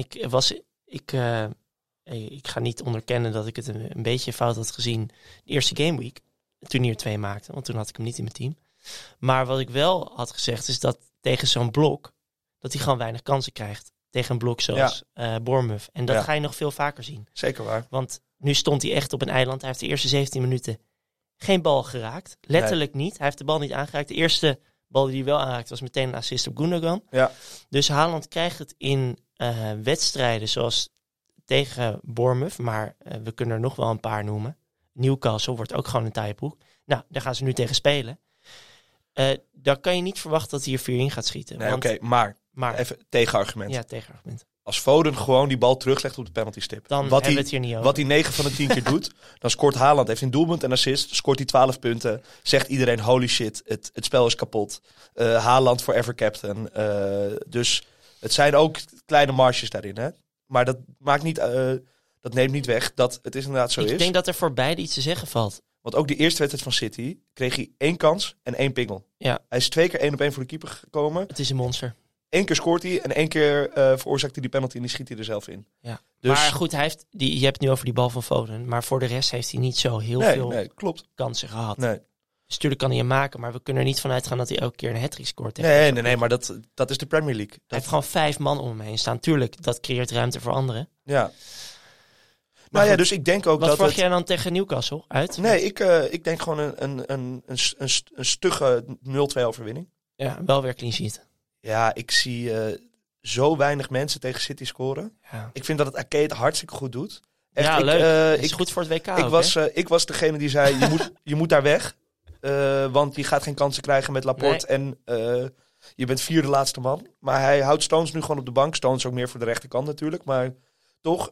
ik ga niet onderkennen dat ik het een beetje fout had gezien. De eerste gameweek, turnier 2 maakte. Want toen had ik hem niet in mijn team. Maar wat ik wel had gezegd is dat tegen zo'n blok, dat hij gewoon weinig kansen krijgt. Tegen een blok zoals Bournemouth. En dat ga je nog veel vaker zien. Zeker waar. Want nu stond hij echt op een eiland. Hij heeft de eerste 17 minuten geen bal geraakt. Letterlijk niet. Hij heeft de bal niet aangeraakt. De eerste bal die hij wel aanraakte was meteen een assist op Gundogan. Ja. Dus Haaland krijgt het in wedstrijden zoals tegen Bournemouth. Maar we kunnen er nog wel een paar noemen. Newcastle wordt ook gewoon een taaie ploeg. Nou, daar gaan ze nu tegen spelen. Dan kan je niet verwachten dat hij er 4 in gaat schieten. Nee, want, oké, maar even tegenargument. Ja, tegenargument. Als Foden gewoon die bal teruglegt op de penalty stip. Dan hebben we het hier niet over. Wat hij 9 van de 10 keer doet, dan scoort Haaland, heeft een doelpunt en assist, scoort hij 12 punten. Zegt iedereen, holy shit, het spel is kapot. Haaland forever captain. Dus het zijn ook kleine marges daarin. Hè? Maar dat maakt niet, dat neemt niet weg dat het is inderdaad zo is. Ik denk dat er voor beide iets te zeggen valt. Want ook die eerste wedstrijd van City kreeg hij 1 kans en 1 pingel. Ja. Hij is 2 keer 1-op-1 voor de keeper gekomen. Het is een monster. 1 keer scoort hij en 1 keer veroorzaakt hij die penalty en die schiet hij er zelf in. Ja. Dus, Maar goed, je hebt het nu over die bal van Foden. Maar voor de rest heeft hij niet zo heel veel klopt. kansen gehad. Nee. Dus natuurlijk kan hij hem maken, maar we kunnen er niet vanuit gaan dat hij elke keer een hat-trick scoort. Nee, maar dat is de Premier League. Hij heeft gewoon 5 man om hem heen staan. Tuurlijk, dat creëert ruimte voor anderen. Ja. Maar Nou ja, goed, dus ik denk ook wat dat verwacht jij dan tegen Newcastle uit? Nee, ik denk gewoon een stugge 0-2 overwinning. Ja, wel weer clean sheet. Ja, ik zie zo weinig mensen tegen City scoren. Ja, Ik vind dat het Arcade het hartstikke goed doet. Echt, ja ik, leuk. Het is ik, goed voor het WK ik, ook, was, hè? ik was degene die zei, je moet daar weg. Want je gaat geen kansen krijgen met Laporte. En je bent 4e laatste man. Maar hij houdt Stones nu gewoon op de bank. Stones ook meer voor de rechterkant natuurlijk. Maar toch,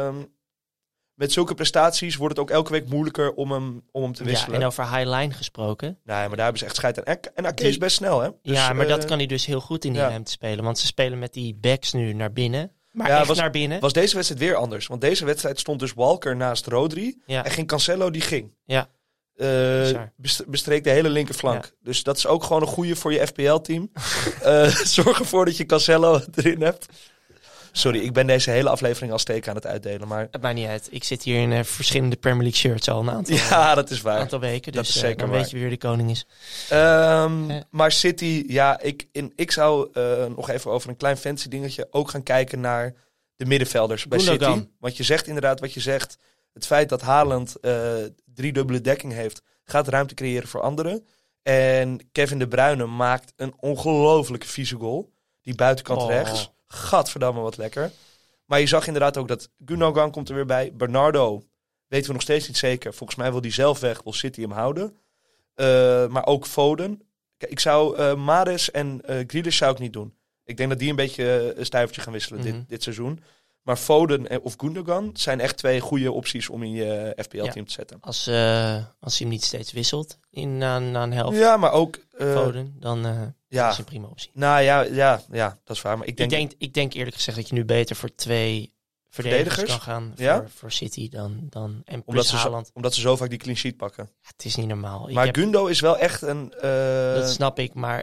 met zulke prestaties wordt het ook elke week moeilijker om hem te wisselen. Ja, en over high line gesproken. Nee, maar daar hebben ze echt scheid aan. En Arcade is best snel, hè? Dus, Ja, maar dat kan hij dus heel goed in die ruimte spelen. Want ze spelen met die backs nu naar binnen. Maar echt naar binnen. Was deze wedstrijd weer anders. Want deze wedstrijd stond dus Walker naast Rodri. Ja. En ging Cancelo, die ging. Ja. Bestreek de hele linkerflank. Ja. Dus dat is ook gewoon een goede voor je FPL-team. Zorg ervoor dat je Cancelo erin hebt. Sorry, ik ben deze hele aflevering al steek aan het uitdelen. Maar het maakt niet uit. Ik zit hier in verschillende Premier League shirts al een aantal, dat is waar. Aantal weken. Dus dat is zeker dan waar. weet je wie weer de koning is. Maar City, ja, ik zou nog even over een klein fancy dingetje ook gaan kijken naar de middenvelders bij Gundogan. City. Want je zegt inderdaad wat je zegt. Het feit dat Haaland 3-dubbele dekking heeft, gaat ruimte creëren voor anderen. En Kevin De Bruyne maakt een ongelofelijke vieze goal. Die buitenkant rechts. Gadverdamme, wat lekker. Maar je zag inderdaad ook dat Gundogan komt er weer bij. Bernardo weten we nog steeds niet zeker. Volgens mij wil hij zelf weg, wil City hem houden. Maar ook Foden. Kijk, ik zou Mahrez en Grealish zou ik niet doen. Ik denk dat die een beetje een stuivertje gaan wisselen dit seizoen. Maar Foden of Gundogan zijn echt 2 goede opties om in je FPL-team te zetten. Als hij hem niet steeds wisselt na een helft. Ja, maar ook... Foden, dan is het een prima optie. Nou ja, dat is waar. Maar ik denk eerlijk gezegd dat je nu beter voor 2 verdedigers kan gaan voor City dan en omdat ze zo vaak die clean sheet pakken. Ja, het is niet normaal. Maar Gundo is wel echt een... Dat snap ik, maar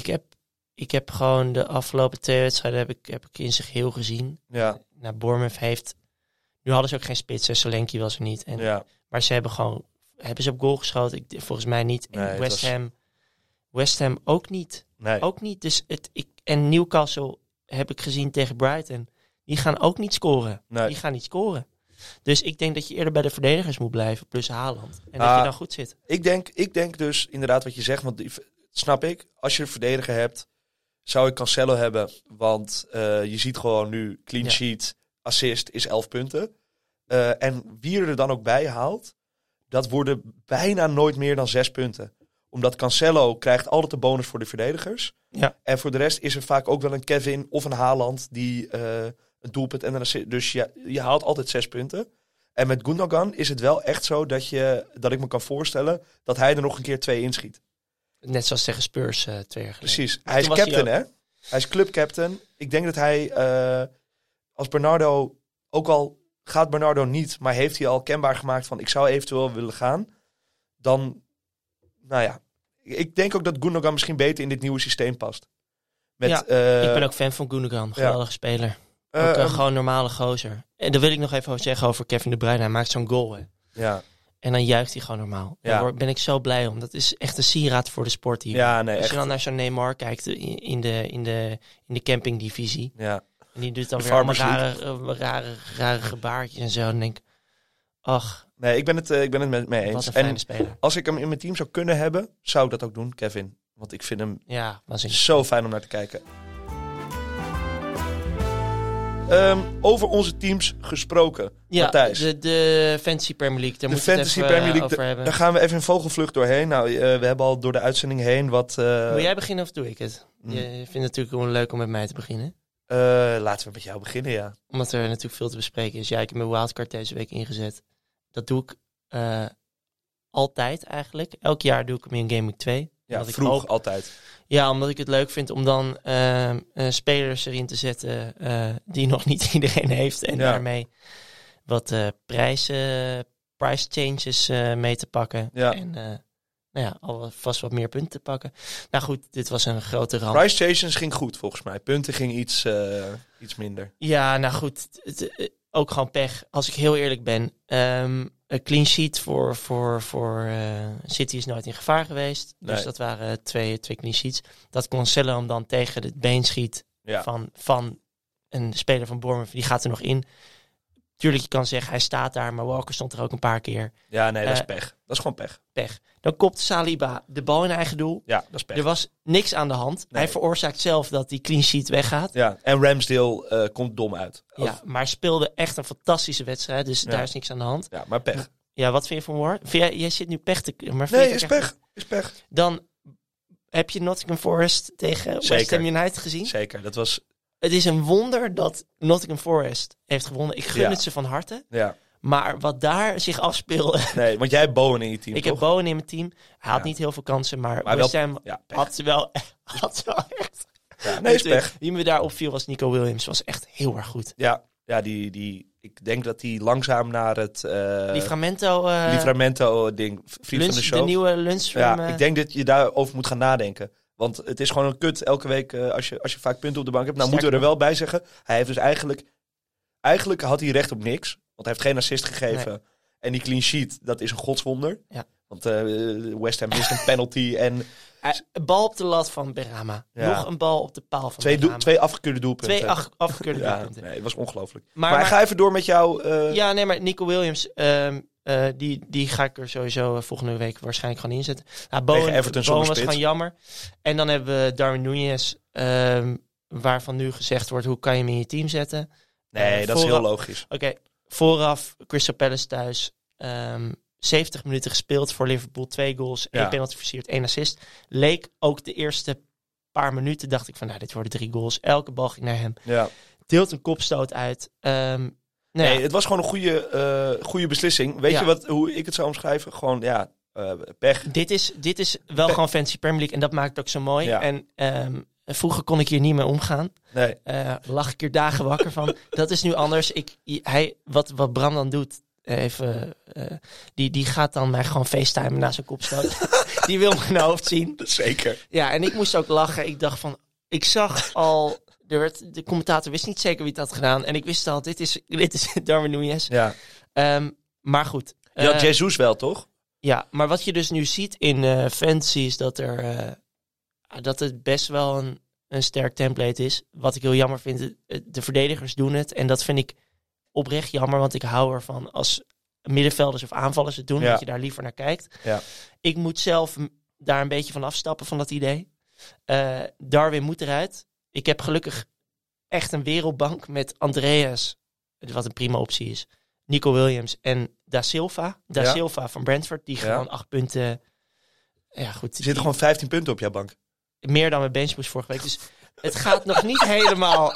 ik heb gewoon de afgelopen 2 wedstrijden heb ik in zich heel gezien. Ja. Nou, Bournemouth heeft... Nu hadden ze ook geen spits, Solanke was er niet. Maar ze hebben gewoon... Hebben ze op goal geschoten? Volgens mij niet. En West Ham ook niet. Nee. Ook niet. Dus en Newcastle heb ik gezien tegen Brighton. Die gaan ook niet scoren. Nee. Die gaan niet scoren. Dus ik denk dat je eerder bij de verdedigers moet blijven, plus Haaland. En dat je dan goed zit. Ik denk dus inderdaad wat je zegt, want snap ik. Als je een verdediger hebt, zou ik Cancelo hebben. Want je ziet gewoon nu clean sheet, assist is 11 punten. En wie er dan ook bij haalt, dat worden bijna nooit meer dan 6 punten. Omdat Cancelo krijgt altijd de bonus voor de verdedigers. Ja. En voor de rest is er vaak ook wel een Kevin of een Haaland die een doelpunt en een assist. Dus je haalt altijd 6 punten. En met Gundogan is het wel echt zo dat ik me kan voorstellen dat hij er nog een keer 2 inschiet. Net zoals tegen Spurs 2 jaar geleden. Precies. Hij is captain, hè? Hij is clubcaptain. Ik denk dat hij als Bernardo, ook al gaat Bernardo niet, maar heeft hij al kenbaar gemaakt van ik zou eventueel willen gaan. Dan, nou ja, ik denk ook dat Gundogan misschien beter in dit nieuwe systeem past. Ik ben ook fan van Gundogan. Geweldige speler. Ook gewoon normale gozer. En daar wil ik nog even over zeggen over Kevin De Bruyne. Hij maakt zo'n goal, hè. Ja. En dan juicht hij gewoon normaal. Daar ben ik zo blij om. Dat is echt een sieraad voor de sport hier. Ja, nee, als je dan naar zo'n Neymar kijkt in de campingdivisie. Ja. En die doet dan weer allemaal rare gebaartjes en zo. En denk ik, ach. Nee, ik ben het mee eens. Wat een fijne speler. Als ik hem in mijn team zou kunnen hebben, zou ik dat ook doen, Kevin. Want ik vind hem zo fijn om naar te kijken. Over onze teams gesproken, Matthijs. De Fantasy Premier League. Daar moeten we het even over hebben. Daar gaan we even in vogelvlucht doorheen. Nou, we hebben al door de uitzending heen wat... Wil jij beginnen of doe ik het? Je vindt het natuurlijk wel leuk om met mij te beginnen. Laten we met jou beginnen, ja. Omdat er natuurlijk veel te bespreken is. Ja, ik heb mijn wildcard deze week ingezet. Dat doe ik altijd eigenlijk. Elk jaar doe ik hem in Game Week 2. Ja, vroeg altijd. Ja, omdat ik het leuk vind om dan spelers erin te zetten die nog niet iedereen heeft. En daarmee wat price changes mee te pakken. Ja. En alvast wat meer punten te pakken. Nou goed, dit was een grote ramp. Price changes ging goed volgens mij. Punten ging iets minder. Ja, nou goed. Ook gewoon pech. Als ik heel eerlijk ben. Een clean sheet voor City is nooit in gevaar geweest. Nee. Dus dat waren twee clean sheets. Dat Cancelo hem dan tegen het been schiet van een speler van Bournemouth. Die gaat er nog in. Tuurlijk, je kan zeggen, hij staat daar. Maar Walker stond er ook een paar keer. Ja, nee, dat is pech. Dat is gewoon pech. Dan kopt Saliba de bal in eigen doel. Ja, dat is pech. Er was niks aan de hand. Nee. Hij veroorzaakt zelf dat die clean sheet weggaat. Ja, en Ramsdale komt dom uit. Ja, maar speelde echt een fantastische wedstrijd. Dus daar is niks aan de hand. Ja, maar pech. Ja, wat vind je van Ward? Jij zit nu pech te... Maar is pech. Dan heb je Nottingham Forest tegen West Ham United gezien. Zeker, dat was... Het is een wonder dat Nottingham Forest heeft gewonnen. Ik gun het ze van harte. Ja. Maar wat daar zich afspeelde... Nee, want jij hebt Bowen in je team, Ik toch? heb Bowen in mijn team. Hij had niet heel veel kansen, maar West Ham had ze wel echt... Ja, nee, is pech. Wie me daar opviel was Nico Williams. Was echt heel erg goed. Ja, ik denk dat hij langzaam naar het... Livramento-ding, vriend van de show. De nieuwe Lundstrom. Ja, ik denk dat je daarover moet gaan nadenken. Want het is gewoon een kut elke week als je vaak punten op de bank hebt. Nou moeten we er wel bij zeggen. Hij heeft dus eigenlijk had hij recht op niks. Want hij heeft geen assist gegeven. Nee. En die clean sheet, dat is een godswonder. Ja. Want West Ham mist een penalty en... Een bal op de lat van Berama. Ja. Nog een bal op de paal van Berama. Twee afgekeurde doelpunten. Twee afgekeurde doelpunten. Nee, het was ongelooflijk. Maar ga even door met jou. Ja, nee, maar Nico Williams... Die ga ik er sowieso volgende week waarschijnlijk gewoon inzetten. Nou, Tegen Everton Bowen was zonder gewoon spits. jammer. En dan hebben we Darwin Núñez, waarvan nu gezegd wordt, hoe kan je hem in je team zetten? Nee, dat is heel logisch. Oké, vooraf Crystal Palace thuis. 70 minuten gespeeld voor Liverpool. 2 goals, 1 penalty versierd, 1 assist. Leek ook de eerste paar minuten, dacht ik van, nou, dit worden 3 goals. Elke bal ging naar hem. Ja. Deelt een kopstoot uit. Nee, het was gewoon een goede beslissing. Weet je hoe ik het zou omschrijven? Gewoon, pech. Dit is wel gewoon fantasy Premier League en dat maakt het ook zo mooi. Ja. En vroeger kon ik hier niet mee omgaan. Nee. Lag ik er dagen wakker van. Dat is nu anders. Wat Bram dan doet, die gaat dan mij gewoon facetimen na zijn kopstoot. Die wil mijn hoofd zien. Zeker. Ja, en ik moest ook lachen. Ik dacht van, ik zag al, de commentator wist niet zeker wie het had gedaan. En ik wist al, dit is Darwin Núñez. Ja. Maar goed. Je had Jesus wel, toch? Ja, maar wat je dus nu ziet in fantasy is dat het best wel een sterk template is. Wat ik heel jammer vind, de verdedigers doen het. En dat vind ik oprecht jammer, want ik hou ervan als middenvelders of aanvallers het doen. Dat je daar liever naar kijkt. Ja. Ik moet zelf daar een beetje van afstappen van dat idee. Darwin moet eruit. Ik heb gelukkig echt een wereldbank met Andreas, wat een prima optie is. Nico Williams en Da Silva. Silva van Brentford, die gewoon 8 punten... Ja, goed. Er zitten gewoon 15 punten op jouw bank. Meer dan mijn benchboost vorige week. Dus het gaat nog niet helemaal...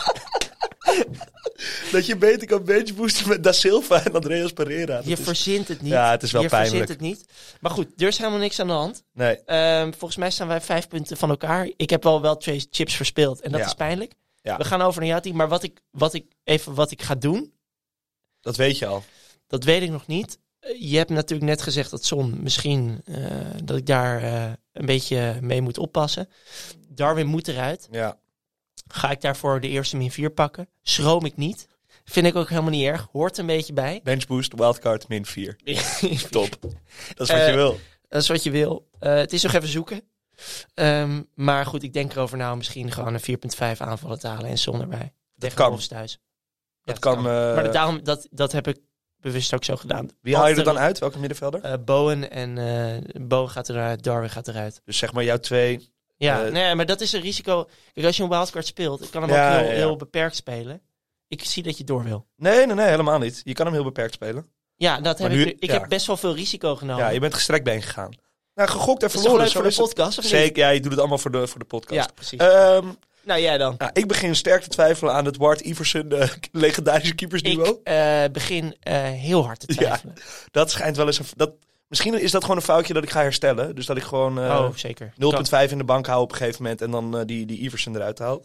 Dat je beter kan benchboosten met Da Silva en Andreas Pereira. Je verzint het niet. Ja, het is wel pijnlijk. Je verzint het niet. Maar goed, er is helemaal niks aan de hand. Nee. Volgens mij staan wij 5 punten van elkaar. Ik heb wel 2 chips verspeeld. En dat is pijnlijk. Ja. We gaan over naar jouw team. Maar wat ik ga doen... Dat weet je al. Dat weet ik nog niet. Je hebt natuurlijk net gezegd dat Son misschien... dat ik daar een beetje mee moet oppassen. Darwin moet eruit. Ja. Ga ik daarvoor de eerste min 4 pakken? Schroom ik niet. Vind ik ook helemaal niet erg. Hoort een beetje bij. Benchboost, wildcard, min 4. Top. Dat is wat je wil. Dat is wat je wil. Het is nog even zoeken. Maar goed, ik denk erover nou misschien gewoon een 4.5 aanvallen te halen en Son erbij. Dat kan. Thuis. Dat kan. Maar daarom, dat heb ik bewust ook zo gedaan. Wie haal je er dan uit? Welke middenvelder? Bowen en Bowen gaat eruit, Darwin gaat eruit. Dus zeg maar jouw 2... Ja, nee, maar dat is een risico. Kijk, als je een wildcard speelt, ik kan hem ook heel beperkt spelen. Ik zie dat je door wil. Nee, helemaal niet. Je kan hem heel beperkt spelen. Ja, dat heb ik. Ik heb best wel veel risico genomen. Ja, je bent gestrekt been gegaan. Nou, gegokt en verloren. verloren. Is voor de podcast? Of zeker, ja, je doet het allemaal voor de podcast. Ja, precies. Nou, jij dan? Nou, ik begin sterk te twijfelen aan het Ward Iversen legendarische keepersduo. Ik begin heel hard te twijfelen. Ja, dat schijnt wel eens... Misschien is dat gewoon een foutje dat ik ga herstellen. Dus dat ik gewoon zeker. 0.5 in de bank hou op een gegeven moment. En dan die Iversen eruit haal.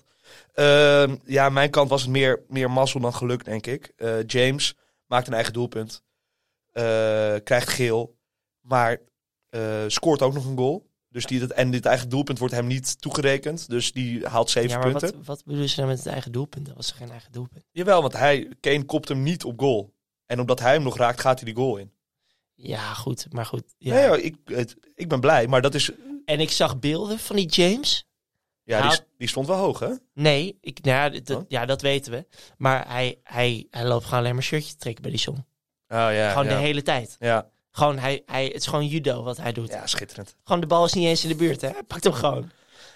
Mijn kant was het meer mazzel dan geluk, denk ik. James maakt een eigen doelpunt. Krijgt geel. Maar scoort ook nog een goal. Dus dit eigen doelpunt wordt hem niet toegerekend. Dus die haalt 7 punten. Wat bedoel je nou met het eigen doelpunt? Dat was geen eigen doelpunt. Jawel, want Kane kopt hem niet op goal. En omdat hij hem nog raakt, gaat hij die goal in. Ja, goed. Maar goed. Ja. Nee, ik ben blij, maar dat is... En ik zag beelden van die James. Ja, die stond wel hoog, hè? Nee, dat weten we. Maar hij loopt gewoon alleen maar shirtje te trekken bij die Son. Oh ja. Gewoon de hele tijd. Ja. Gewoon, het is gewoon judo wat hij doet. Ja, schitterend. Gewoon de bal is niet eens in de buurt, hè? Hij pakt hem gewoon.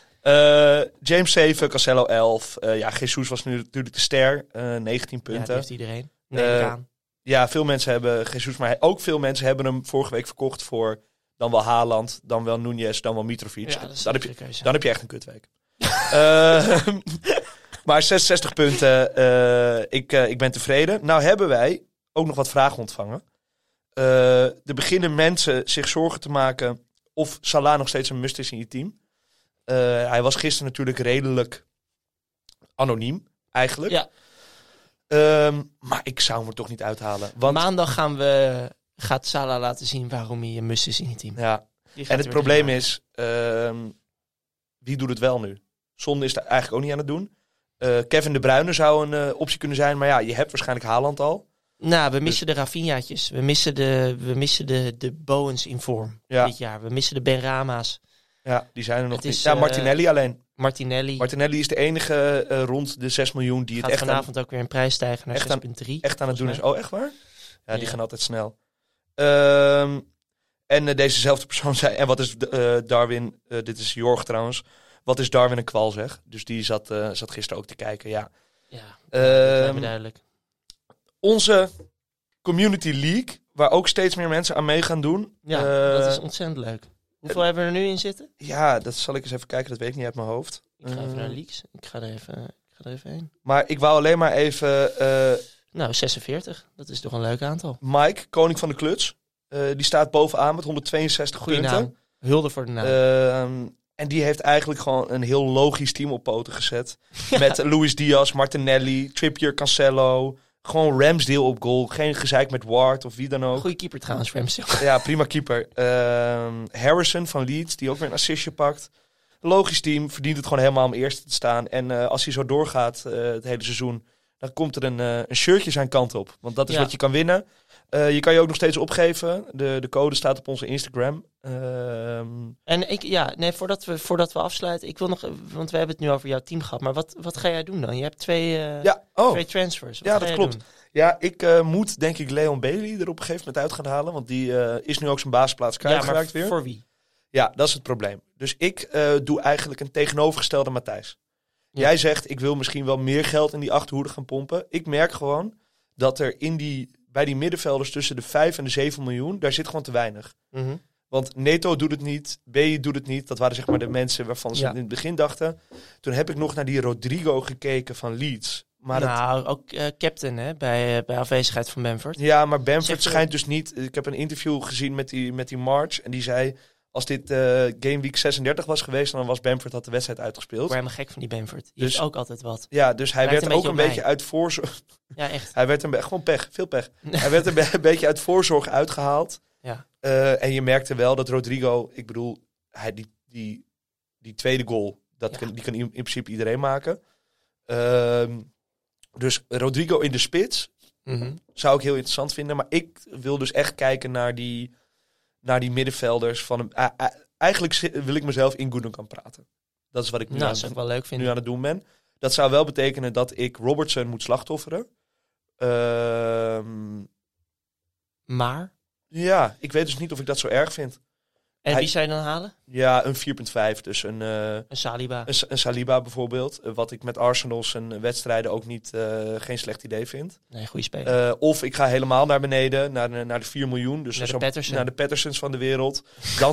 James 7, Cancelo 11. Jesus was nu natuurlijk de ster. 19 punten. Ja, dat heeft iedereen. Nee, ja, veel mensen hebben Jesus, maar ook veel mensen hebben hem vorige week verkocht voor dan wel Haaland, dan wel Núñez, dan wel Mitrovic. Ja, dan heb je echt een kutweek. Maar 66 punten. Ik ben tevreden. Nou hebben wij ook nog wat vragen ontvangen. Er beginnen mensen zich zorgen te maken of Salah nog steeds een must is in je team. Hij was gisteren natuurlijk redelijk anoniem, eigenlijk. Ja. Maar ik zou hem er toch niet uithalen. Want maandag gaat Salah laten zien waarom hij een must is in je team. Ja. En het probleem is, wie doet het wel nu? Son is er eigenlijk ook niet aan het doen. Kevin De Bruyne zou een optie kunnen zijn. Maar ja, je hebt waarschijnlijk Haaland al. Nou, we missen de Rafinhaatjes. We missen de Bowens in vorm dit jaar. We missen de Benrama's. Ja, die zijn er nog niet. Ja, Martinelli alleen. Martinelli is de enige rond de 6 miljoen die gaat het echt vanavond ook weer een prijs stijgen naar 6,3. Echt aan het doen is. Oh, echt waar? Ja, die gaan altijd snel. En dezezelfde persoon zei... En wat is Darwin... dit is Jorg trouwens. Wat is Darwin een kwal, zeg. Dus die zat gisteren ook te kijken, ja. Ja, dat lijkt me duidelijk. Onze Community League... waar ook steeds meer mensen aan mee gaan doen. Ja, dat is ontzettend leuk. Hoeveel hebben we er nu in zitten? Ja, dat zal ik eens even kijken. Dat weet ik niet uit mijn hoofd. Ik ga even naar Leaks. Ik ga er even heen. Maar ik wou alleen maar even... 46. Dat is toch een leuk aantal. Mike, koning van de kluts. Die staat bovenaan met 162 Goeie punten. naam. Hulde voor de naam. En die heeft eigenlijk gewoon een heel logisch team op poten gezet. Met Luis Diaz, Martinelli, Trippier, Cancelo. Gewoon Ramsdale op goal. Geen gezeik met Ward of wie dan ook. Goeie keeper trouwens, Ramsdale. Ja, prima keeper. Harrison van Leeds, die ook weer een assistje pakt. Logisch team, verdient het gewoon helemaal om eerste te staan. En als hij zo doorgaat het hele seizoen... dan komt er een shirtje zijn kant op. Want dat is wat je kan winnen. Je kan je ook nog steeds opgeven. De code staat op onze Instagram. En voordat we afsluiten, ik wil nog, want we hebben het nu over jouw team gehad, maar wat ga jij doen dan? Je hebt twee transfers. Wat ja, ga dat jij klopt. doen? Ja, ik moet denk ik Leon Bailey er op een gegeven moment uit gaan halen. Want die is nu ook zijn basisplaats kwijtgeraakt weer. Voor wie? Ja, dat is het probleem. Dus ik doe eigenlijk een tegenovergestelde Matthijs. Ja. Jij zegt, ik wil misschien wel meer geld in die achterhoede gaan pompen. Ik merk gewoon dat er bij die middenvelders tussen de 5 en de 7 miljoen, daar zit gewoon te weinig. Mm-hmm. Want Neto doet het niet, Bailly doet het niet. Dat waren zeg maar de mensen waarvan ze in het begin dachten. Toen heb ik nog naar die Rodrigo gekeken van Leeds. Maar ook captain hè, bij afwezigheid van Bamford. Ja, maar Bamford schijnt dus niet... Ik heb een interview gezien met die March en die zei... Als dit Game Week 36 was geweest, dan was Bamford had de wedstrijd uitgespeeld. Ik word helemaal gek van die Bamford. Die is ook altijd wat. Ja, dus hij werd ook een beetje uit voorzorg... Ja, echt. Hij werd gewoon pech, veel pech. Hij werd een beetje uit voorzorg uitgehaald. Ja. En je merkte wel dat Rodrigo, ik bedoel, die tweede goal, die kan in principe iedereen maken. Dus Rodrigo in de spits zou ik heel interessant vinden. Maar ik wil dus echt kijken naar die middenvelders. Eigenlijk wil ik mezelf in Gundogan praten. Dat is wat ik nu aan het doen ben. Dat zou wel betekenen dat ik Robertson moet slachtofferen. Maar? Ja, ik weet dus niet of ik dat zo erg vind. En wie zou je dan halen? Ja, een 4.5. Dus een Saliba. Een Saliba bijvoorbeeld. Wat ik met Arsenal zijn wedstrijden ook geen slecht idee vind. Nee, goede speler. Of ik ga helemaal naar beneden, naar de 4 miljoen. Dus naar de Pattersons van de wereld.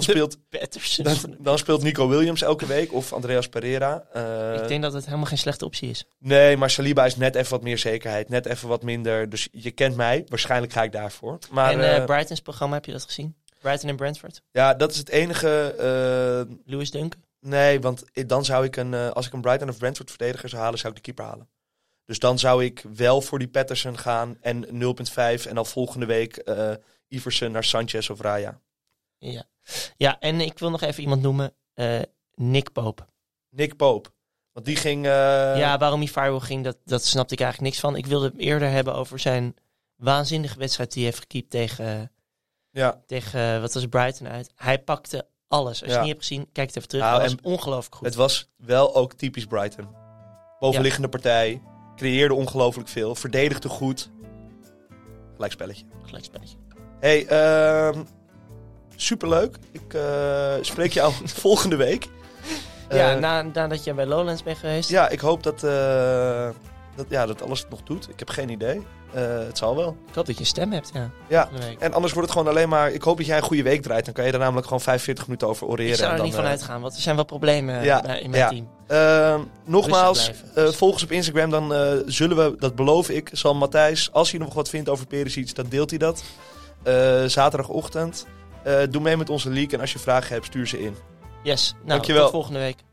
Dan speelt Nico Williams elke week. Of Andreas Pereira. Ik denk dat het helemaal geen slechte optie is. Nee, maar Saliba is net even wat meer zekerheid. Net even wat minder. Dus je kent mij. Waarschijnlijk ga ik daarvoor. Maar, en Brighton's programma, heb je dat gezien? Brighton en Brentford? Ja, dat is het enige... Lewis Dunk? Nee, want dan zou ik als ik een Brighton of Brentford verdediger zou halen, zou ik de keeper halen. Dus dan zou ik wel voor die Patterson gaan en 0.5 en dan volgende week Iversen naar Sanchez of Raya. Ja, en ik wil nog even iemand noemen. Nick Pope. Nick Pope. Want die ging... Ja, waarom hij viral ging, dat snapte ik eigenlijk niks van. Ik wilde het eerder hebben over zijn waanzinnige wedstrijd die hij heeft gekiept tegen wat was Brighton uit. Hij pakte alles. Als je het niet hebt gezien, kijk het even terug. Het was ongelooflijk goed. Het was wel ook typisch Brighton. Bovenliggende partij. Creëerde ongelooflijk veel. Verdedigde goed. Gelijkspelletje. Hey, superleuk. Ik spreek je al volgende week. Nadat je bij Lowlands bent geweest. Ja, ik hoop dat alles het nog doet. Ik heb geen idee. Het zal wel. Ik hoop dat je een stem hebt, ja. En anders wordt het gewoon alleen maar... Ik hoop dat jij een goede week draait. Dan kan je er namelijk gewoon 45 minuten over oreren. Ik zou er niet van uitgaan, want er zijn wel problemen in mijn team. Nogmaals, volg ons op Instagram. Dan zullen we, dat beloof ik, zal Matthijs... Als hij nog wat vindt over Perisic, dan deelt hij dat. Zaterdagochtend. Doe mee met onze league. En als je vragen hebt, stuur ze in. Yes. Nou, dankjewel. tot volgende week.